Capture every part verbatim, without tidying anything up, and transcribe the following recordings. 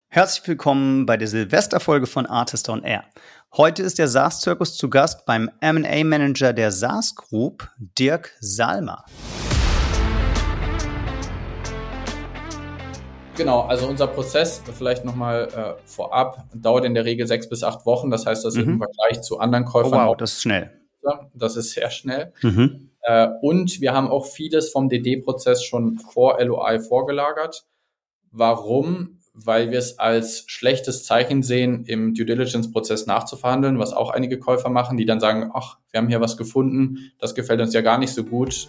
Herzlich willkommen bei der Silvesterfolge von Artist on Air. Heute ist der SaaS-Zirkus zu Gast beim M und A-Manager der SaaS Group, Dirk Salma. Genau, also unser Prozess, vielleicht nochmal äh, vorab, dauert in der Regel sechs bis acht Wochen. Das heißt, das ist Mhm. im Vergleich zu anderen Käufern. Oh wow, auch, das ist schnell. Das ist sehr schnell. Mhm. Äh, und wir haben auch vieles vom D D-Prozess schon vor L O I vorgelagert. Warum? Weil wir es als schlechtes Zeichen sehen, im Due-Diligence-Prozess nachzuverhandeln, was auch einige Käufer machen, die dann sagen, ach, wir haben hier was gefunden, das gefällt uns ja gar nicht so gut.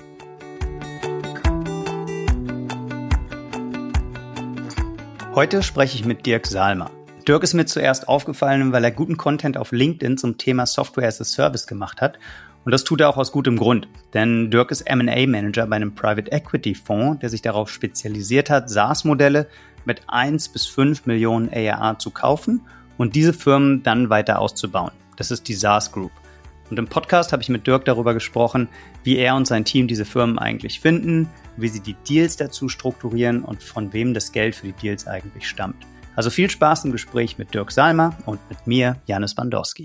Heute spreche ich mit Dirk Salma. Dirk ist mir zuerst aufgefallen, weil er guten Content auf LinkedIn zum Thema Software as a Service gemacht hat. Und das tut er auch aus gutem Grund, denn Dirk ist M und A-Manager bei einem Private Equity Fonds, der sich darauf spezialisiert hat, SaaS-Modelle mit eins bis fünf Millionen A R R zu kaufen und diese Firmen dann weiter auszubauen. Das ist die SaaS Group. Und im Podcast habe ich mit Dirk darüber gesprochen, wie er und sein Team diese Firmen eigentlich finden, wie sie die Deals dazu strukturieren und von wem das Geld für die Deals eigentlich stammt. Also viel Spaß im Gespräch mit Dirk Salma und mit mir, Jannis Bandorski.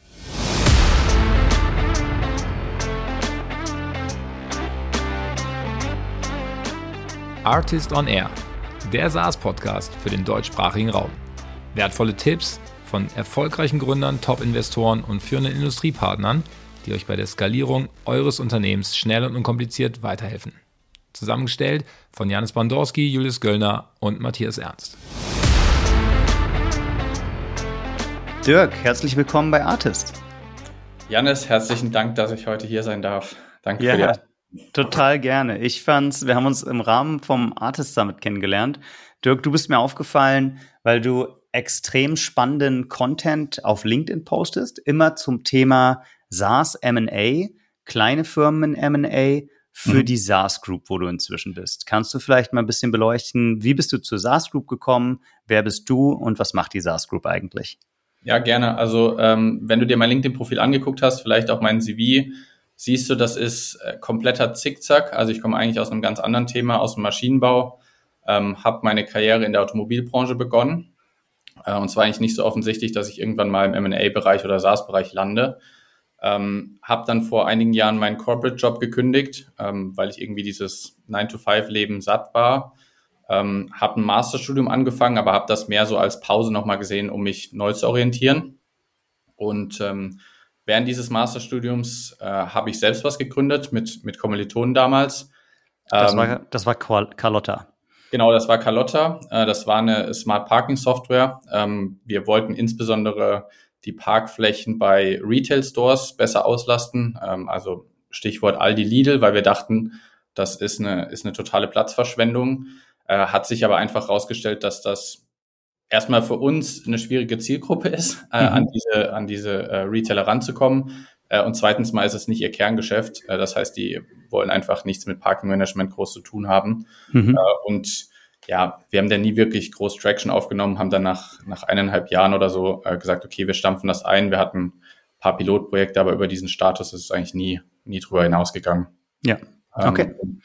Artist on Air, der SaaS-Podcast für den deutschsprachigen Raum. Wertvolle Tipps von erfolgreichen Gründern, Top-Investoren und führenden Industriepartnern, die euch bei der Skalierung eures Unternehmens schnell und unkompliziert weiterhelfen. Zusammengestellt von Jannis Bandorski, Julius Göllner und Matthias Ernst. Dirk, herzlich willkommen bei Artist. Jannis, herzlichen Dank, dass ich heute hier sein darf. Danke ja, für die Einladung. Total gerne. Ich fand's, wir haben uns im Rahmen vom Artist Summit kennengelernt. Dirk, du bist mir aufgefallen, weil du extrem spannenden Content auf LinkedIn postest, immer zum Thema SaaS M und A, kleine Firmen in M und A für mhm. die SaaS Group, wo du inzwischen bist. Kannst du vielleicht mal ein bisschen beleuchten, wie bist du zur SaaS Group gekommen, wer bist du und was macht die SaaS Group eigentlich? Ja, gerne. Also ähm, wenn du dir mein LinkedIn-Profil angeguckt hast, vielleicht auch mein C V, siehst du, das ist äh, kompletter Zickzack. Also ich komme eigentlich aus einem ganz anderen Thema, aus dem Maschinenbau, ähm, habe meine Karriere in der Automobilbranche begonnen. Äh, und zwar eigentlich nicht so offensichtlich, dass ich irgendwann mal im M und A-Bereich oder SaaS-Bereich lande. Ähm, habe dann vor einigen Jahren meinen Corporate-Job gekündigt, ähm, weil ich irgendwie dieses nine to five Leben satt war. Ähm, habe ein Masterstudium angefangen, aber habe das mehr so als Pause nochmal gesehen, um mich neu zu orientieren. Und ähm, während dieses Masterstudiums äh, habe ich selbst was gegründet mit, mit Kommilitonen damals. Das ähm, war, das war Carlotta. Genau, das war Carlotta. Äh, das war eine Smart Parking Software. Ähm, wir wollten insbesondere die Parkflächen bei Retail Stores besser auslasten. Ähm, also Stichwort Aldi, Lidl, weil wir dachten, das ist eine, ist eine totale Platzverschwendung. Äh, hat sich aber einfach herausgestellt, dass das erstmal für uns eine schwierige Zielgruppe ist, äh, mhm. an diese, an diese äh, Retailer ranzukommen. Äh, und zweitens mal ist es nicht ihr Kerngeschäft. Äh, das heißt, die wollen einfach nichts mit Parking-Management groß zu tun haben. Mhm. Äh, und ja, wir haben da nie wirklich groß Traction aufgenommen, haben dann nach, nach eineinhalb Jahren oder so äh, gesagt, okay, wir stampfen das ein. Wir hatten ein paar Pilotprojekte, aber über diesen Status ist es eigentlich nie, nie drüber hinausgegangen. Ja, okay. Ähm,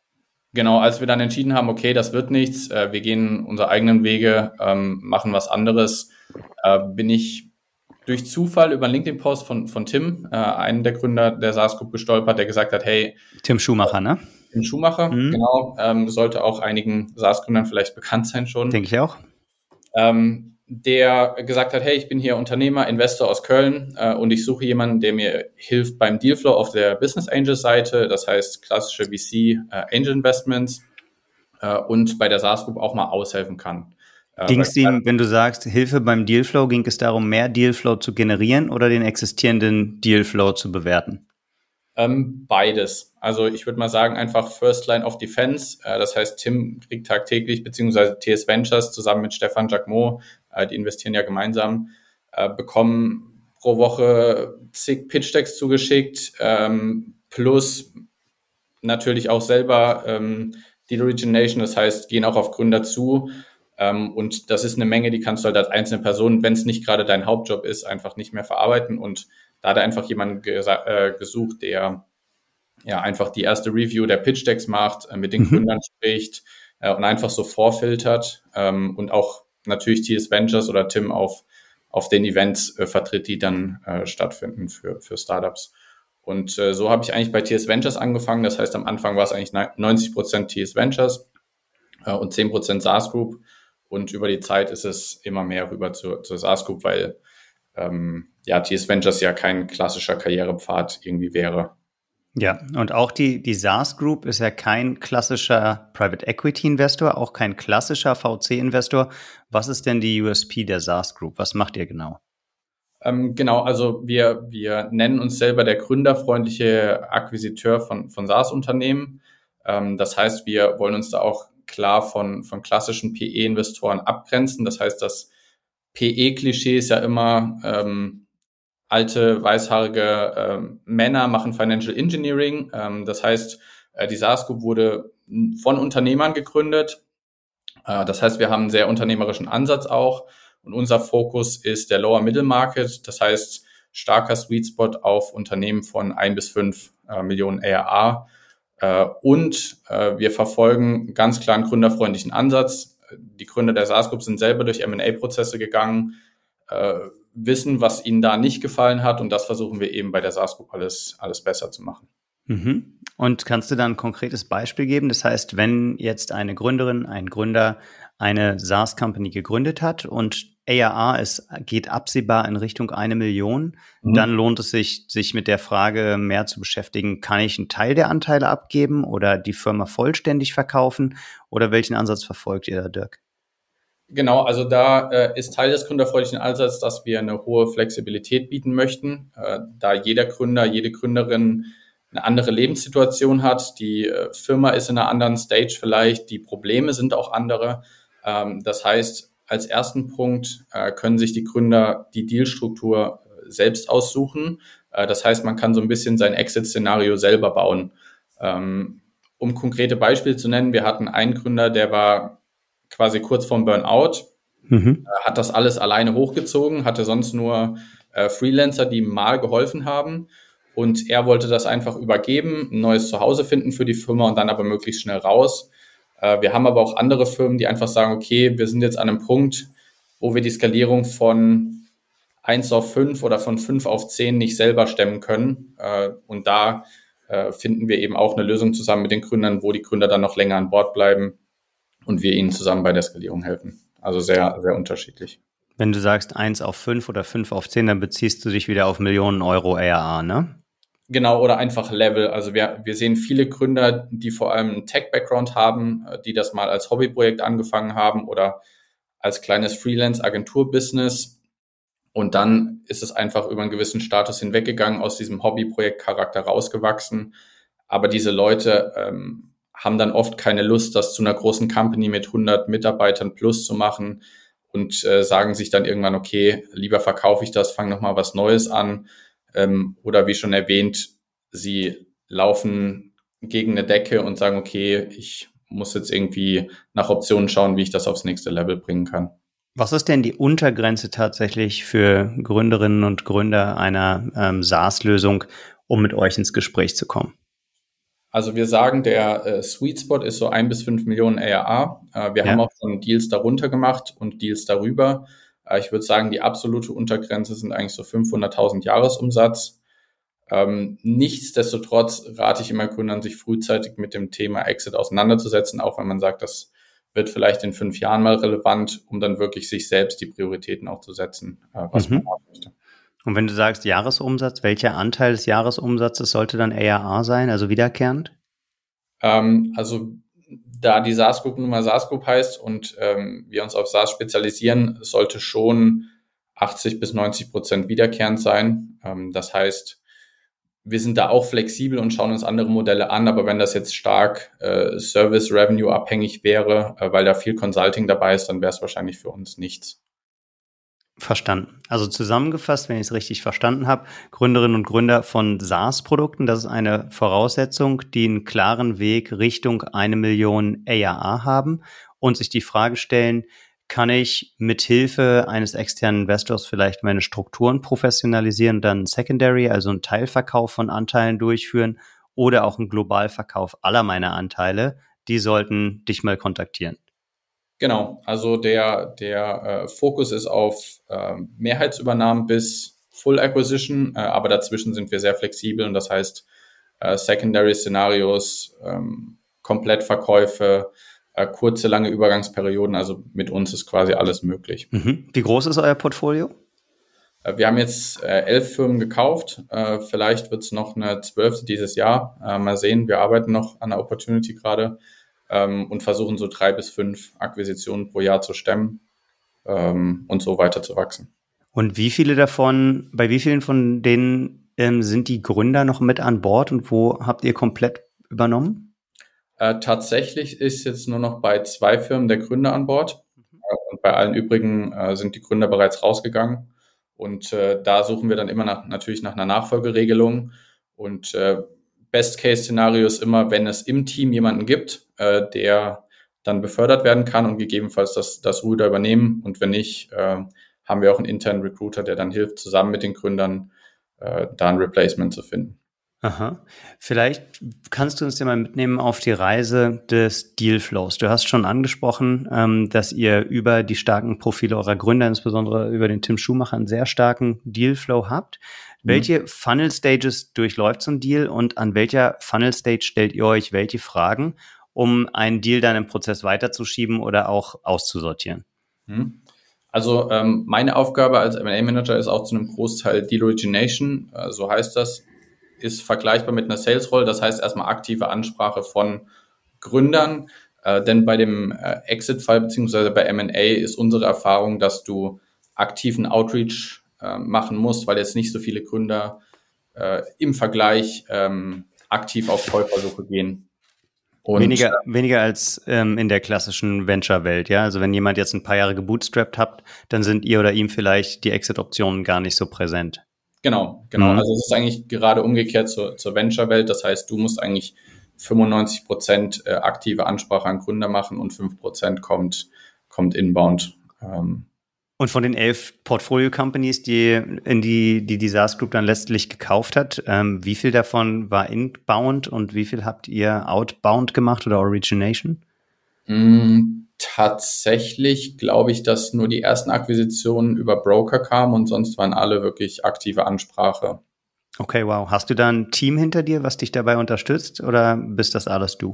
Genau, als wir dann entschieden haben, okay, das wird nichts, äh, wir gehen unsere eigenen Wege, ähm, machen was anderes, äh, bin ich durch Zufall über einen LinkedIn-Post von, von Tim, äh, einen der Gründer der SaaS Group, gestolpert, der gesagt hat, hey. Tim Schumacher, äh, ne? Tim Schumacher, mhm. genau, ähm, sollte auch einigen SaaS-Gründern vielleicht bekannt sein schon. Denke ich auch. Ähm, der gesagt hat, hey, ich bin hier Unternehmer, Investor aus Köln äh, und ich suche jemanden, der mir hilft beim Dealflow auf der Business Angel Seite, das heißt klassische V C äh, Angel Investments äh, und bei der SaaS Group auch mal aushelfen kann. Äh, ging es ihm, wenn du sagst, Hilfe beim Dealflow, ging es darum, mehr Dealflow zu generieren oder den existierenden Dealflow zu bewerten? Ähm, beides. Also ich würde mal sagen, einfach First Line of Defense. Äh, das heißt, Tim kriegt tagtäglich, beziehungsweise T S Ventures zusammen mit Stefan Jacquemot, äh, die investieren ja gemeinsam, äh, bekommen pro Woche zig Pitch-Decks zugeschickt, ähm, plus natürlich auch selber ähm, Deal Origination, das heißt, gehen auch auf Gründer zu. Ähm, und das ist eine Menge, die kannst du halt als einzelne Person, wenn es nicht gerade dein Hauptjob ist, einfach nicht mehr verarbeiten. Und da hat er einfach jemanden gesa- äh, gesucht, der ja einfach die erste Review der Pitch-Decks macht, äh, mit den mhm. Gründern spricht äh, und einfach so vorfiltert ähm, und auch natürlich T S Ventures oder Tim auf, auf den Events äh, vertritt, die dann äh, stattfinden für, für Startups. Und äh, so habe ich eigentlich bei T S Ventures angefangen. Das heißt, am Anfang war es eigentlich neunzig Prozent T S Ventures äh, und zehn Prozent SaaS Group. Und über die Zeit ist es immer mehr rüber zur, zur SaaS Group, weil ähm, ja, T S Ventures ja kein klassischer Karrierepfad irgendwie wäre. Ja, und auch die, die SaaS Group ist ja kein klassischer Private Equity Investor, auch kein klassischer V C Investor. Was ist denn die U S P der SaaS Group? Was macht ihr genau? Ähm, genau, also wir, wir nennen uns selber der gründerfreundliche Akquisiteur von, von SaaS-Unternehmen. Ähm, das heißt, wir wollen uns da auch klar von, von klassischen P E-Investoren abgrenzen. Das heißt, das P E-Klischee ist ja immer, ähm, alte, weißhaarige ähm, Männer machen Financial Engineering. Ähm, das heißt, äh, die SaaS Group wurde von Unternehmern gegründet. Äh, das heißt, wir haben einen sehr unternehmerischen Ansatz auch. Und unser Fokus ist der Lower Middle Market. Das heißt, starker Sweet Spot auf Unternehmen von ein bis fünf äh, Millionen A R A. Äh, und äh, wir verfolgen ganz klar einen gründerfreundlichen Ansatz. Die Gründer der SaaS Group sind selber durch M and A-Prozesse gegangen, äh, wissen, was ihnen da nicht gefallen hat. Und das versuchen wir eben bei der SaaS Group alles, alles besser zu machen. Mhm. Und kannst du da ein konkretes Beispiel geben? Das heißt, wenn jetzt eine Gründerin, ein Gründer eine SaaS-Company gegründet hat und A R A ist, geht absehbar in Richtung eine Million, mhm. dann lohnt es sich, sich mit der Frage mehr zu beschäftigen, kann ich einen Teil der Anteile abgeben oder die Firma vollständig verkaufen? Oder welchen Ansatz verfolgt ihr da, Dirk? Genau, also da äh, ist Teil des gründerfreundlichen Ansatzes, dass wir eine hohe Flexibilität bieten möchten, äh, da jeder Gründer, jede Gründerin eine andere Lebenssituation hat. Die äh, Firma ist in einer anderen Stage vielleicht, die Probleme sind auch andere. Ähm, das heißt, als ersten Punkt äh, können sich die Gründer die Dealstruktur äh, selbst aussuchen. Äh, das heißt, man kann so ein bisschen sein Exit-Szenario selber bauen. Ähm, um konkrete Beispiele zu nennen, wir hatten einen Gründer, der war quasi kurz vorm Burnout, mhm. äh, hat das alles alleine hochgezogen, hatte sonst nur äh, Freelancer, die ihm mal geholfen haben. Und er wollte das einfach übergeben, ein neues Zuhause finden für die Firma und dann aber möglichst schnell raus. Äh, wir haben aber auch andere Firmen, die einfach sagen, okay, wir sind jetzt an einem Punkt, wo wir die Skalierung von eins auf fünf oder von fünf auf zehn nicht selber stemmen können. Äh, und da äh, finden wir eben auch eine Lösung zusammen mit den Gründern, wo die Gründer dann noch länger an Bord bleiben und wir ihnen zusammen bei der Skalierung helfen. Also sehr, sehr unterschiedlich. Wenn du sagst eins auf fünf oder fünf auf zehn, dann beziehst du dich wieder auf Millionen Euro A R A, ne? Genau, oder einfach Level. Also wir, wir sehen viele Gründer, die vor allem einen Tech-Background haben, die das mal als Hobbyprojekt angefangen haben oder als kleines Freelance-Agentur-Business. Und dann ist es einfach über einen gewissen Status hinweggegangen, aus diesem Hobbyprojekt-Charakter rausgewachsen. Aber diese Leute ähm, haben dann oft keine Lust, das zu einer großen Company mit hundert Mitarbeitern plus zu machen und äh, sagen sich dann irgendwann, okay, lieber verkaufe ich das, fange nochmal was Neues an. Ähm, oder wie schon erwähnt, sie laufen gegen eine Decke und sagen, okay, ich muss jetzt irgendwie nach Optionen schauen, wie ich das aufs nächste Level bringen kann. Was ist denn die Untergrenze tatsächlich für Gründerinnen und Gründer einer ähm, SaaS-Lösung, um mit euch ins Gespräch zu kommen? Also wir sagen, der äh, Sweet Spot ist so ein bis fünf Millionen A R A. Äh, wir ja. haben auch schon Deals darunter gemacht und Deals darüber. Ich würde sagen, die absolute Untergrenze sind eigentlich so fünfhunderttausend Jahresumsatz. Ähm, nichtsdestotrotz rate ich immer Gründern, sich frühzeitig mit dem Thema Exit auseinanderzusetzen, auch wenn man sagt, das wird vielleicht in fünf Jahren mal relevant, um dann wirklich sich selbst die Prioritäten auch zu setzen, äh, was mhm. man haben möchte. Und wenn du sagst Jahresumsatz, welcher Anteil des Jahresumsatzes sollte dann A R A sein, also wiederkehrend? Ähm, also da die SaaS Group nun mal SaaS Group heißt und ähm, wir uns auf SaaS spezialisieren, sollte schon achtzig bis neunzig Prozent wiederkehrend sein. Ähm, das heißt, wir sind da auch flexibel und schauen uns andere Modelle an, aber wenn das jetzt stark äh, Service Revenue abhängig wäre, äh, weil da viel Consulting dabei ist, dann wäre es wahrscheinlich für uns nichts. Verstanden. Also zusammengefasst, wenn ich es richtig verstanden habe, Gründerinnen und Gründer von SaaS-Produkten, das ist eine Voraussetzung, die einen klaren Weg Richtung eine Million A R A haben und sich die Frage stellen, kann ich mit Hilfe eines externen Investors vielleicht meine Strukturen professionalisieren, dann Secondary, also einen Teilverkauf von Anteilen durchführen oder auch einen Globalverkauf aller meiner Anteile, die sollten dich mal kontaktieren. Genau, also der, der äh, Fokus ist auf äh, Mehrheitsübernahmen bis Full Acquisition, äh, aber dazwischen sind wir sehr flexibel und das heißt äh, Secondary-Szenarios, ähm, Komplettverkäufe, äh, kurze, lange Übergangsperioden, also mit uns ist quasi alles möglich. Mhm. Wie groß ist euer Portfolio? Äh, wir haben jetzt äh, elf Firmen gekauft, äh, vielleicht wird es noch eine zwölfte dieses Jahr, äh, mal sehen, wir arbeiten noch an der Opportunity gerade ähm, und versuchen so drei bis fünf Akquisitionen pro Jahr zu stemmen ähm, und so weiter zu wachsen. Und wie viele davon, bei wie vielen von denen ähm, sind die Gründer noch mit an Bord und wo habt ihr komplett übernommen? Äh, tatsächlich ist jetzt nur noch bei zwei Firmen der Gründer an Bord äh, und bei allen übrigen äh, sind die Gründer bereits rausgegangen und äh, da suchen wir dann immer nach, natürlich nach einer Nachfolgeregelung und äh, Best-Case-Szenario ist immer, wenn es im Team jemanden gibt, äh, der dann befördert werden kann und gegebenenfalls das, das Ruder übernehmen und wenn nicht, äh, haben wir auch einen internen Recruiter, der dann hilft, zusammen mit den Gründern äh, da ein Replacement zu finden. Aha. Vielleicht kannst du uns ja mal mitnehmen auf die Reise des Dealflows. Du hast schon angesprochen, ähm, dass ihr über die starken Profile eurer Gründer, insbesondere über den Tim Schumacher, einen sehr starken Dealflow habt. Mhm. Welche Funnel-Stages durchläuft so ein Deal und an welcher Funnel-Stage stellt ihr euch welche Fragen, um einen Deal dann im Prozess weiterzuschieben oder auch auszusortieren? Mhm. Also ähm, meine Aufgabe als M and A-Manager ist auch zu einem Großteil Deal Origination, äh, so heißt das, ist vergleichbar mit einer Sales-Rolle, das heißt erstmal aktive Ansprache von Gründern, äh, denn bei dem äh, Exit-Fall beziehungsweise bei M and A ist unsere Erfahrung, dass du aktiven Outreach äh, machen musst, weil jetzt nicht so viele Gründer äh, im Vergleich ähm, aktiv auf Käufersuche gehen. Und weniger, weniger als ähm, in der klassischen Venture-Welt, ja. Also wenn jemand jetzt ein paar Jahre gebootstrapped habt, dann sind ihr oder ihm vielleicht die Exit-Optionen gar nicht so präsent. Genau, genau. Mhm. Also es ist eigentlich gerade umgekehrt zur, zur Venture-Welt. Das heißt, du musst eigentlich fünfundneunzig Prozent äh, aktive Ansprache an Gründer machen und fünf Prozent kommt, kommt inbound. Ähm, Und von den elf Portfolio-Companies, die in die, die die SaaS Group dann letztlich gekauft hat, ähm, wie viel davon war inbound und wie viel habt ihr outbound gemacht oder Origination? mh, tatsächlich glaube ich, dass nur die ersten Akquisitionen über Broker kamen und sonst waren alle wirklich aktive Ansprache. Okay, wow. Hast du da ein Team hinter dir, was dich dabei unterstützt oder bist das alles du?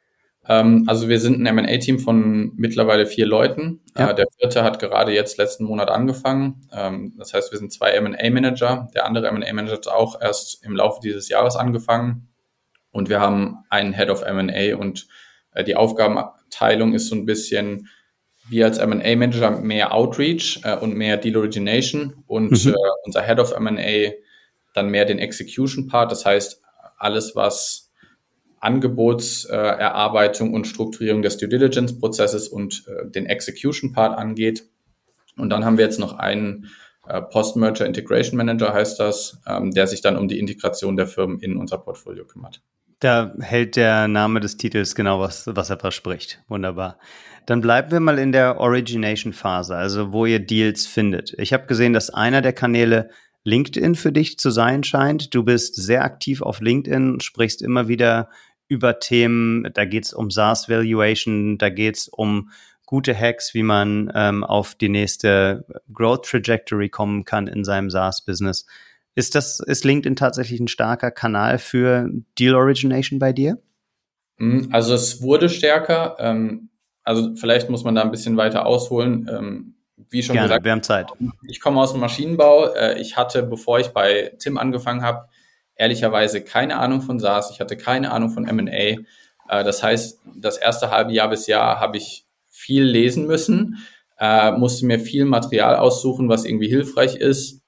Also wir sind ein M and A-Team von mittlerweile vier Leuten. Ja. Der vierte hat gerade jetzt letzten Monat angefangen. Das heißt, wir sind zwei M and A-Manager. Der andere M and A-Manager hat auch erst im Laufe dieses Jahres angefangen. Und wir haben einen Head of M and A und die Aufgabenteilung ist so ein bisschen, wir als M and A-Manager mehr Outreach und mehr Deal Origination und mhm. unser Head of M and A dann mehr den Execution-Part. Das heißt, alles, was Angebotserarbeitung äh, und Strukturierung des Due Diligence-Prozesses und äh, den Execution-Part angeht. Und dann haben wir jetzt noch einen äh, Post-Merger Integration Manager, heißt das, ähm, der sich dann um die Integration der Firmen in unser Portfolio kümmert. Da hält der Name des Titels genau, was, was er verspricht. Wunderbar. Dann bleiben wir mal in der Origination-Phase, also wo ihr Deals findet. Ich habe gesehen, dass einer der Kanäle LinkedIn für dich zu sein scheint. Du bist sehr aktiv auf LinkedIn, sprichst immer wieder über Themen, da geht es um SaaS Valuation, da geht es um gute Hacks, wie man ähm, auf die nächste Growth Trajectory kommen kann in seinem SaaS-Business. Ist das, ist LinkedIn tatsächlich ein starker Kanal für Deal Origination bei dir? Also es wurde stärker. Ähm, also vielleicht muss man da ein bisschen weiter ausholen. Ähm, Wie schon Gerne, gesagt, wir haben Zeit. Ich komme aus dem Maschinenbau. Ich hatte, bevor ich bei Tim angefangen habe, ehrlicherweise keine Ahnung von SaaS. Ich hatte keine Ahnung von M and A. Das heißt, das erste halbe Jahr bis Jahr habe ich viel lesen müssen, musste mir viel Material aussuchen, was irgendwie hilfreich ist.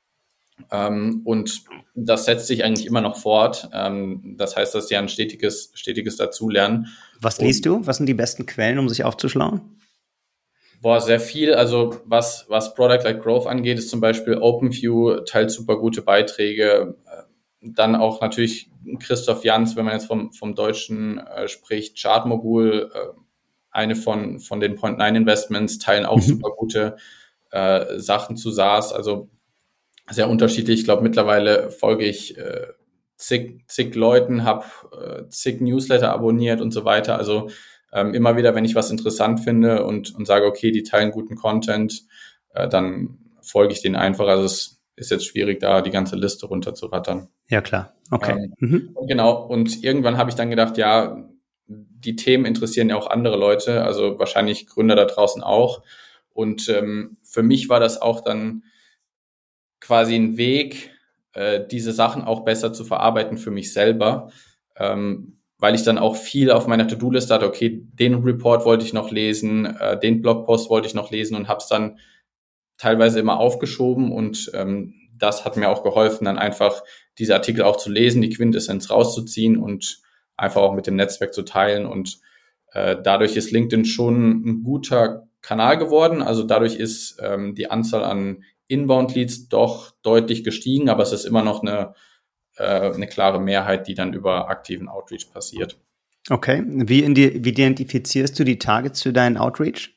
Und das setzt sich eigentlich immer noch fort. Das heißt, das ist ja ein stetiges, stetiges Dazulernen. Was liest du? Was sind die besten Quellen, um sich aufzuschlauen? Boah, sehr viel. Also was, was Product-Led Growth angeht, ist zum Beispiel OpenView, teilt super gute Beiträge. Dann auch natürlich Christoph Janz, wenn man jetzt vom, vom Deutschen äh, spricht, Chartmogul, äh, eine von, von den Point neun Investments, teilen auch mhm. super gute äh, Sachen zu SaaS. Also sehr unterschiedlich. Ich glaube, mittlerweile folge ich äh, zig, zig Leuten, habe äh, zig Newsletter abonniert und so weiter. Also ähm, immer wieder, wenn ich was interessant finde und, und sage, okay, die teilen guten Content, äh, dann folge ich denen einfach. Also es ist jetzt schwierig, da die ganze Liste runterzurattern. Ja, klar. Okay. Ähm, Mhm. Genau. Und irgendwann habe ich dann gedacht, ja, die Themen interessieren ja auch andere Leute, also wahrscheinlich Gründer da draußen auch. Und ähm, für mich war das auch dann quasi ein Weg, äh, diese Sachen auch besser zu verarbeiten für mich selber, ähm, weil ich dann auch viel auf meiner To-Do-Liste hatte, okay, den Report wollte ich noch lesen, äh, den Blogpost wollte ich noch lesen und habe es dann teilweise immer aufgeschoben und ähm, das hat mir auch geholfen, dann einfach diese Artikel auch zu lesen, die Quintessenz rauszuziehen und einfach auch mit dem Netzwerk zu teilen und äh, dadurch ist LinkedIn schon ein guter Kanal geworden, also dadurch ist ähm, die Anzahl an Inbound-Leads doch deutlich gestiegen, aber es ist immer noch eine, äh, eine klare Mehrheit, die dann über aktiven Outreach passiert. Okay. Wie, in die, wie identifizierst du die Targets für deinen Outreach?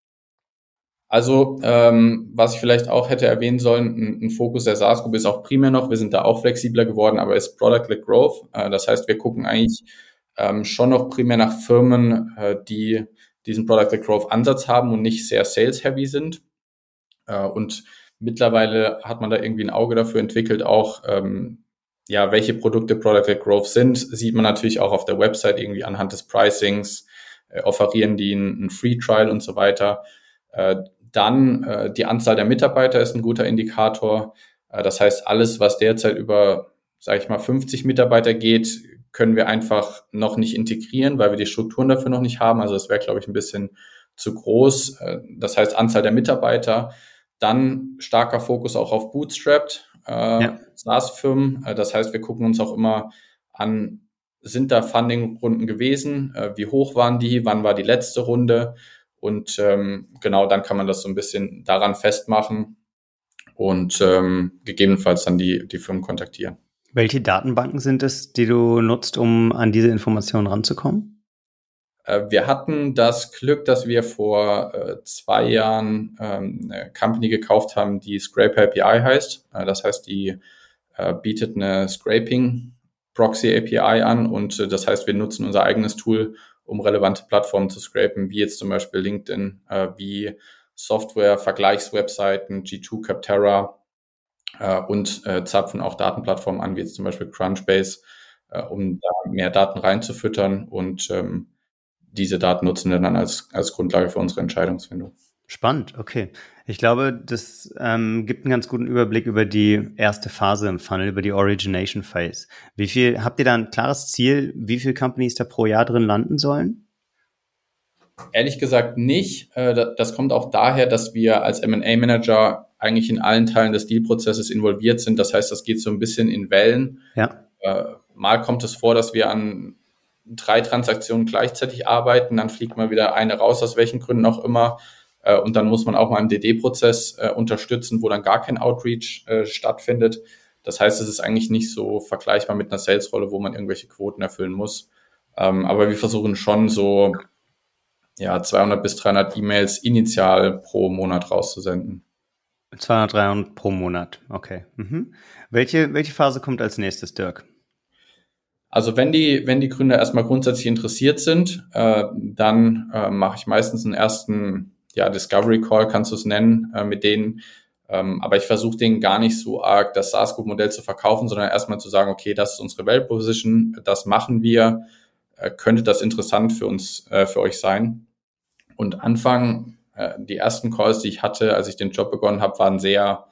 Also, ähm, was ich vielleicht auch hätte erwähnen sollen, ein, ein Fokus der SaaS-Gruppe ist auch primär noch, wir sind da auch flexibler geworden, aber ist Product-led Growth. Äh, das heißt, wir gucken eigentlich ähm, schon noch primär nach Firmen, äh, die diesen Product-led Growth-Ansatz haben und nicht sehr sales-heavy sind. Äh, und mittlerweile hat man da irgendwie ein Auge dafür entwickelt, auch ähm, ja, welche Produkte Product-led Growth sind, sieht man natürlich auch auf der Website irgendwie anhand des Pricings, äh, offerieren die einen, einen Free-Trial und so weiter. Äh, Dann äh, die Anzahl der Mitarbeiter ist ein guter Indikator. Äh, das heißt, alles, was derzeit über, sage ich mal, fünfzig Mitarbeiter geht, können wir einfach noch nicht integrieren, weil wir die Strukturen dafür noch nicht haben. Also das wäre, glaube ich, ein bisschen zu groß. Äh, das heißt, Anzahl der Mitarbeiter. Dann starker Fokus auch auf Bootstrapped äh, Ja. SaaS-Firmen. Äh, das heißt, wir gucken uns auch immer an, sind da Funding-Runden gewesen? Äh, wie hoch waren die? Wann war die letzte Runde? Und ähm, genau, dann kann man das so ein bisschen daran festmachen und ähm, gegebenenfalls dann die, die Firmen kontaktieren. Welche Datenbanken sind es, die du nutzt, um an diese Informationen ranzukommen? Äh, wir hatten das Glück, dass wir vor äh, zwei Jahren ähm, eine Company gekauft haben, die Scraper A P I heißt. Äh, das heißt, die äh, bietet eine Scraping Proxy A P I an und äh, das heißt, wir nutzen unser eigenes Tool, um relevante Plattformen zu scrapen, wie jetzt zum Beispiel LinkedIn, äh, wie Software, Vergleichswebseiten, G zwei, Capterra äh, und äh, zapfen auch Datenplattformen an, wie jetzt zum Beispiel Crunchbase, äh, um da mehr Daten reinzufüttern und ähm, diese Daten nutzen wir dann als, als Grundlage für unsere Entscheidungsfindung. Spannend, okay. Ich glaube, das ähm, gibt einen ganz guten Überblick über die erste Phase im Funnel, über die Origination Phase. Wie viel, habt ihr da ein klares Ziel, wie viele Companies da pro Jahr drin landen sollen? Ehrlich gesagt nicht. Das kommt auch daher, dass wir als M and A Manager eigentlich in allen Teilen des Dealprozesses involviert sind. Das heißt, das geht so ein bisschen in Wellen. Ja. Mal kommt es vor, dass wir an drei Transaktionen gleichzeitig arbeiten, dann fliegt mal wieder eine raus, aus welchen Gründen auch immer. Und dann muss man auch mal im D D-Prozess äh, unterstützen, wo dann gar kein Outreach äh, stattfindet. Das heißt, es ist eigentlich nicht so vergleichbar mit einer Sales-Rolle, wo man irgendwelche Quoten erfüllen muss. Ähm, aber wir versuchen schon so ja, zweihundert bis dreihundert E-Mails initial pro Monat rauszusenden. zweihundert, dreihundert pro Monat, okay. Mhm. Welche, welche Phase kommt als nächstes, Dirk? Also wenn die, wenn die Gründer erstmal grundsätzlich interessiert sind, äh, dann äh, mache ich meistens einen ersten ja, Discovery Call, kannst du es nennen, äh, mit denen. Ähm, aber ich versuche denen gar nicht so arg das SaaS-Group-Modell zu verkaufen, sondern erstmal zu sagen, okay, das ist unsere Value Proposition, das machen wir, äh, könnte das interessant für uns, äh, für euch sein. Und Anfang, äh, die ersten Calls, die ich hatte, als ich den Job begonnen habe, waren sehr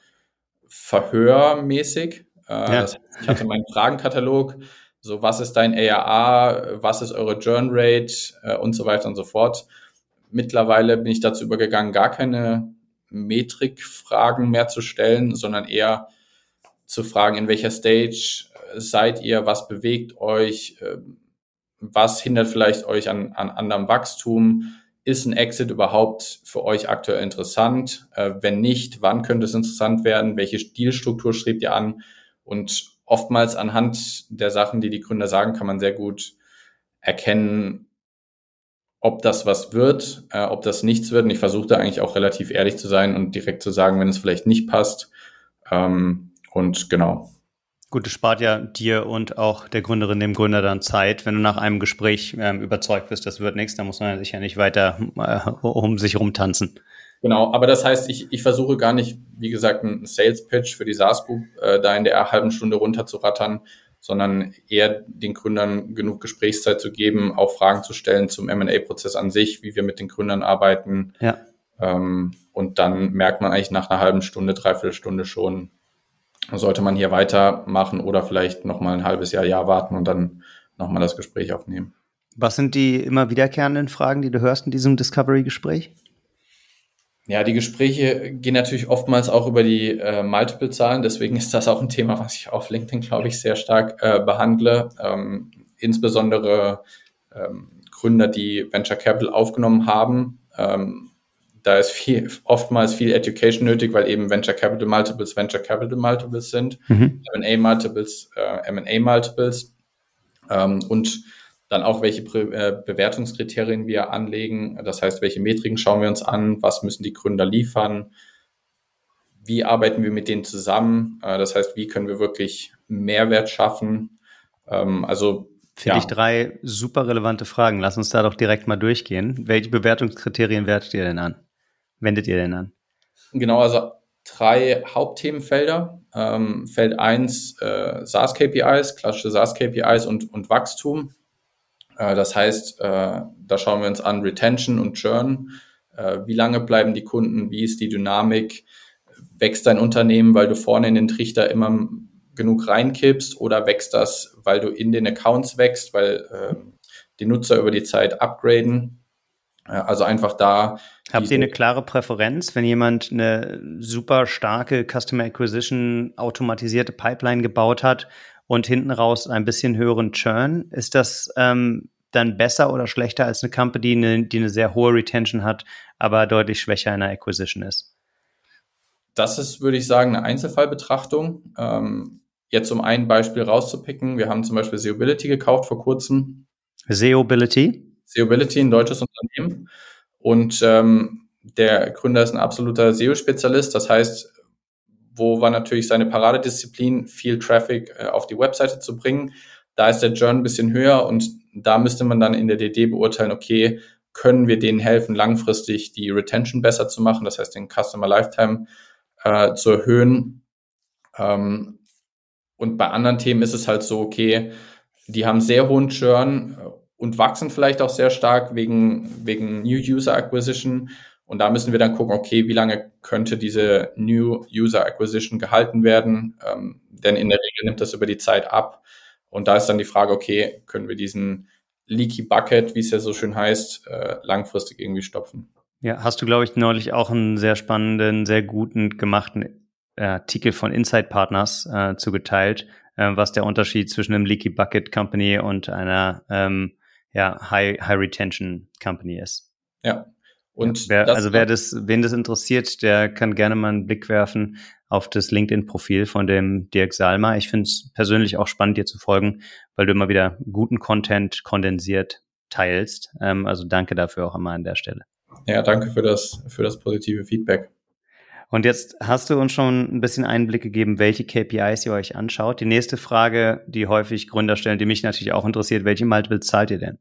verhörmäßig. Äh, ja. Das heißt, ich hatte meinen Fragenkatalog, so was ist dein A R R, was ist eure Churn Rate äh, und so weiter und so fort. Mittlerweile bin ich dazu übergegangen, gar keine Metrikfragen mehr zu stellen, sondern eher zu fragen, in welcher Stage seid ihr, was bewegt euch, was hindert vielleicht euch an, an anderem Wachstum, ist ein Exit überhaupt für euch aktuell interessant? Wenn nicht, wann könnte es interessant werden? Welche Dealstruktur strebt ihr an? Und oftmals anhand der Sachen, die die Gründer sagen, kann man sehr gut erkennen, ob das was wird, äh, ob das nichts wird. Und ich versuche da eigentlich auch relativ ehrlich zu sein und direkt zu sagen, wenn es vielleicht nicht passt. Ähm, und genau. Gut, es spart ja dir und auch der Gründerin, dem Gründer dann Zeit. Wenn du nach einem Gespräch ähm, überzeugt bist, das wird nichts, dann muss man sich ja nicht weiter äh, um sich rumtanzen. Genau, aber das heißt, ich, ich versuche gar nicht, wie gesagt, einen Sales-Pitch für die SaaS Group äh, da in der halben Stunde runterzurattern, sondern eher den Gründern genug Gesprächszeit zu geben, auch Fragen zu stellen zum M and A-Prozess an sich, wie wir mit den Gründern arbeiten. Ja. Ähm, und dann merkt man eigentlich nach einer halben Stunde, dreiviertel Stunde schon, sollte man hier weitermachen oder vielleicht nochmal ein halbes Jahr, Jahr warten und dann nochmal das Gespräch aufnehmen. Was sind die immer wiederkehrenden Fragen, die du hörst in diesem Discovery-Gespräch? Ja, die Gespräche gehen natürlich oftmals auch über die äh, Multiple-Zahlen. Deswegen ist das auch ein Thema, was ich auf LinkedIn, glaube ich, sehr stark äh, behandle. Ähm, insbesondere ähm, Gründer, die Venture Capital aufgenommen haben. Ähm, da ist viel, oftmals viel Education nötig, weil eben Venture Capital Multiples Venture Capital Multiples sind, mhm. M and A Multiples äh, M and A Multiples ähm, und dann auch, welche Be- äh, Bewertungskriterien wir anlegen. Das heißt, welche Metriken schauen wir uns an, was müssen die Gründer liefern, wie arbeiten wir mit denen zusammen. Äh, das heißt, wie können wir wirklich Mehrwert schaffen. Ähm, also Finde ja. ich drei super relevante Fragen. Lass uns da doch direkt mal durchgehen. Welche Bewertungskriterien wertet ihr denn an? Wendet ihr denn an? Genau, also drei Hauptthemenfelder. Ähm, Feld eins, äh, SaaS-K P Is, klassische SaaS-K P Is und, und Wachstum. Äh, das heißt, äh, da schauen wir uns an Retention und Churn. Äh, wie lange bleiben die Kunden? Wie ist die Dynamik? Wächst dein Unternehmen, weil du vorne in den Trichter immer genug reinkippst, oder wächst das, weil du in den Accounts wächst, weil äh, die Nutzer über die Zeit upgraden? Also einfach da. Habt ihr eine klare Präferenz, wenn jemand eine super starke Customer Acquisition automatisierte Pipeline gebaut hat und hinten raus ein bisschen höheren Churn? Ist das ähm, dann besser oder schlechter als eine Company, eine, die eine sehr hohe Retention hat, aber deutlich schwächer in der Acquisition ist? Das ist, würde ich sagen, eine Einzelfallbetrachtung. Ähm, jetzt um ein Beispiel rauszupicken. Wir haben zum Beispiel Seobility gekauft vor kurzem. Seobility? Seobility, ein deutsches Unternehmen. Und ähm, der Gründer ist ein absoluter S E O-Spezialist. Das heißt, wo war natürlich seine Paradedisziplin, viel Traffic äh, auf die Webseite zu bringen. Da ist der Churn ein bisschen höher und da müsste man dann in der D D beurteilen, okay, können wir denen helfen, langfristig die Retention besser zu machen, das heißt den Customer Lifetime äh, zu erhöhen. Ähm, und bei anderen Themen ist es halt so, okay, die haben sehr hohen Churn äh, und wachsen vielleicht auch sehr stark wegen, wegen New User Acquisition. Und da müssen wir dann gucken, okay, wie lange könnte diese New User Acquisition gehalten werden? Ähm, denn in der Regel nimmt das über die Zeit ab. Und da ist dann die Frage, okay, können wir diesen Leaky Bucket, wie es ja so schön heißt, äh, langfristig irgendwie stopfen? Ja, hast du, glaube ich, neulich auch einen sehr spannenden, sehr guten gemachten äh, Artikel von Insight Partners äh, zugeteilt, äh, was der Unterschied zwischen einem Leaky Bucket Company und einer ähm, ja, High, High Retention Company ist. Ja. Und ja, wer, das also wer das, wen das interessiert, der kann gerne mal einen Blick werfen auf das LinkedIn-Profil von dem Dirk Salma. Ich finde es persönlich auch spannend, dir zu folgen, weil du immer wieder guten Content kondensiert teilst. Ähm, also danke dafür auch immer an der Stelle. Ja, danke für das, für das positive Feedback. Und jetzt hast du uns schon ein bisschen Einblick gegeben, welche K P Is ihr euch anschaut. Die nächste Frage, die häufig Gründer stellen, die mich natürlich auch interessiert, welche Multiples zahlt ihr denn?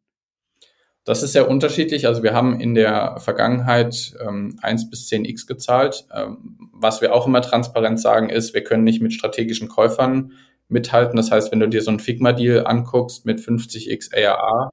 Das ist sehr unterschiedlich. Also wir haben in der Vergangenheit ähm, eins bis zehn x gezahlt. Ähm, was wir auch immer transparent sagen ist, wir können nicht mit strategischen Käufern mithalten. Das heißt, wenn du dir so einen Figma-Deal anguckst mit fünfzig x A R A,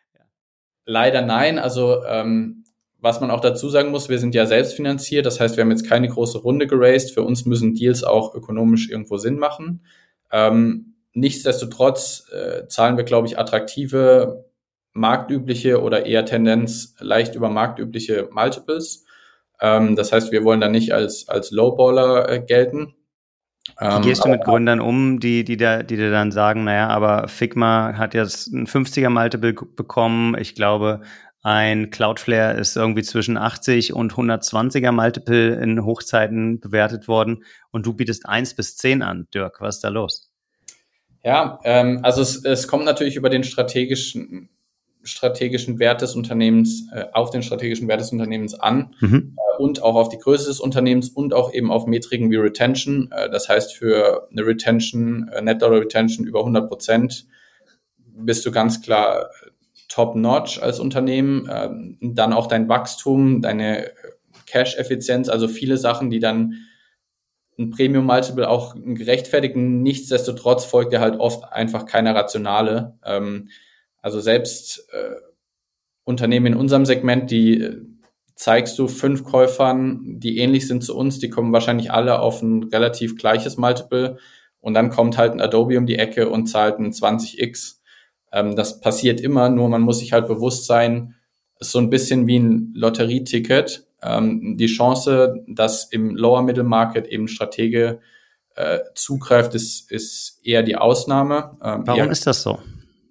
leider nein. Also ähm, was man auch dazu sagen muss, wir sind ja selbstfinanziert. Das heißt, wir haben jetzt keine große Runde geraced. Für uns müssen Deals auch ökonomisch irgendwo Sinn machen. Ähm, nichtsdestotrotz äh, zahlen wir, glaube ich, attraktive, marktübliche oder eher Tendenz leicht über marktübliche Multiples. Ähm, das heißt, wir wollen da nicht als, als Lowballer äh, gelten. Wie gehst du mit Gründern um, die, die, da, die dir dann sagen, naja, aber Figma hat jetzt ein fünfziger Multiple bekommen. Ich glaube, ein Cloudflare ist irgendwie zwischen achtzig und hundertzwanziger Multiple in Hochzeiten bewertet worden und du bietest eins bis zehn an. Dirk, was ist da los? Ja, ähm, also es, es kommt natürlich über den strategischen strategischen Wert des Unternehmens, äh, auf den strategischen Wert des Unternehmens an Mhm. äh, und auch auf die Größe des Unternehmens und auch eben auf Metriken wie Retention. Äh, das heißt, für eine Retention, äh, Net Dollar Retention über hundert Prozent bist du ganz klar top-notch als Unternehmen. Äh, dann auch dein Wachstum, deine Cash-Effizienz, also viele Sachen, die dann ein Premium-Multiple auch gerechtfertigen. Nichtsdestotrotz folgt ja halt oft einfach keine Rationale. Ähm, also selbst äh, Unternehmen in unserem Segment, die äh, zeigst du fünf Käufern, die ähnlich sind zu uns, die kommen wahrscheinlich alle auf ein relativ gleiches Multiple und dann kommt halt ein Adobe um die Ecke und zahlt ein zwanzig x. Ähm, das passiert immer, nur man muss sich halt bewusst sein, ist so ein bisschen wie ein Lotterieticket. Ähm, die Chance, dass im Lower Middle Market eben Stratege äh, zugreift, ist, ist eher die Ausnahme. Ähm, Warum eher, ist das so?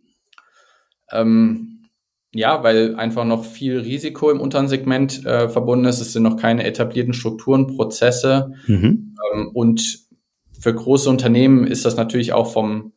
Ähm, ja, weil einfach noch viel Risiko im unteren Segment äh, verbunden ist. Es sind noch keine etablierten Strukturen, Prozesse. Mhm. Ähm, und für große Unternehmen ist das natürlich auch vom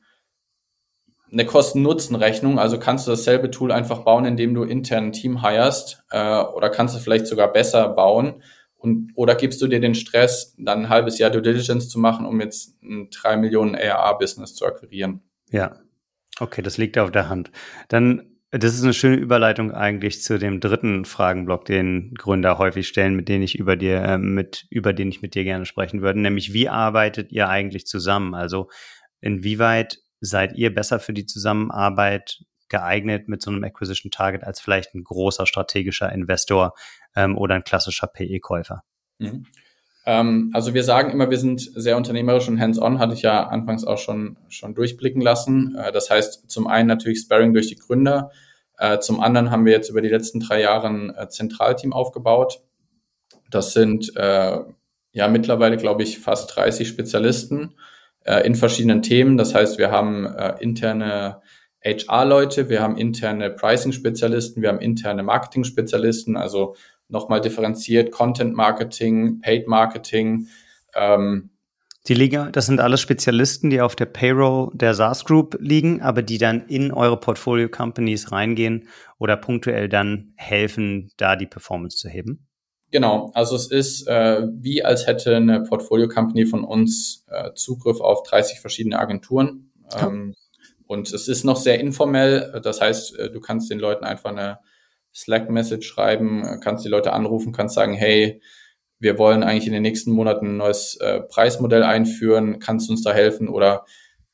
eine Kosten-Nutzen-Rechnung. Also kannst du dasselbe Tool einfach bauen, indem du intern ein Team hirest, äh, oder kannst du vielleicht sogar besser bauen. Und, oder gibst du dir den Stress, dann ein halbes Jahr Due Diligence zu machen, um jetzt ein drei Millionen A R A-Business zu akquirieren? Ja, okay, das liegt auf der Hand. Dann, das ist eine schöne Überleitung eigentlich zu dem dritten Fragenblock, den Gründer häufig stellen, mit denen ich über dir, äh, mit, über den ich mit dir gerne sprechen würde, nämlich wie arbeitet ihr eigentlich zusammen? Also inwieweit seid ihr besser für die Zusammenarbeit geeignet mit so einem Acquisition Target als vielleicht ein großer strategischer Investor ähm, oder ein klassischer P E-Käufer? Mhm. Ähm, also wir sagen immer, wir sind sehr unternehmerisch und hands-on, hatte ich ja anfangs auch schon, schon durchblicken lassen. Äh, das heißt, zum einen natürlich Sparring durch die Gründer. Äh, zum anderen haben wir jetzt über die letzten drei Jahre ein äh, Zentralteam aufgebaut. Das sind äh, ja mittlerweile, glaube ich, fast dreißig Spezialisten äh, in verschiedenen Themen. Das heißt, wir haben äh, interne H R-Leute, wir haben interne Pricing-Spezialisten, wir haben interne Marketing-Spezialisten, also nochmal differenziert Content-Marketing, Paid-Marketing. Ähm, Die liegen, das sind alles Spezialisten, die auf der Payroll der SaaS Group liegen, aber die dann in eure Portfolio-Companies reingehen oder punktuell dann helfen, da die Performance zu heben? Genau, also es ist äh, wie als hätte eine Portfolio-Company von uns äh, Zugriff auf dreißig verschiedene Agenturen. Ähm, ja. Und es ist noch sehr informell, das heißt, du kannst den Leuten einfach eine Slack-Message schreiben, kannst die Leute anrufen, kannst sagen, hey, wir wollen eigentlich in den nächsten Monaten ein neues äh, Preismodell einführen, kannst du uns da helfen? Oder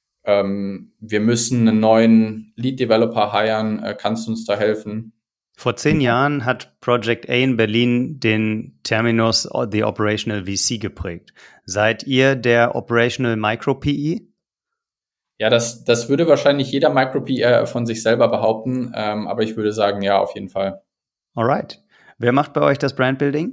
ähm, wir müssen einen neuen Lead-Developer hiren, äh, kannst du uns da helfen? Vor zehn Jahren hat Project A in Berlin den Terminus The Operational V C geprägt. Seid ihr der Operational Micro-P E? Ja, das, das würde wahrscheinlich jeder Micro-P E von sich selber behaupten, ähm, aber ich würde sagen, ja, auf jeden Fall. Alright. Wer macht bei euch das Brandbuilding?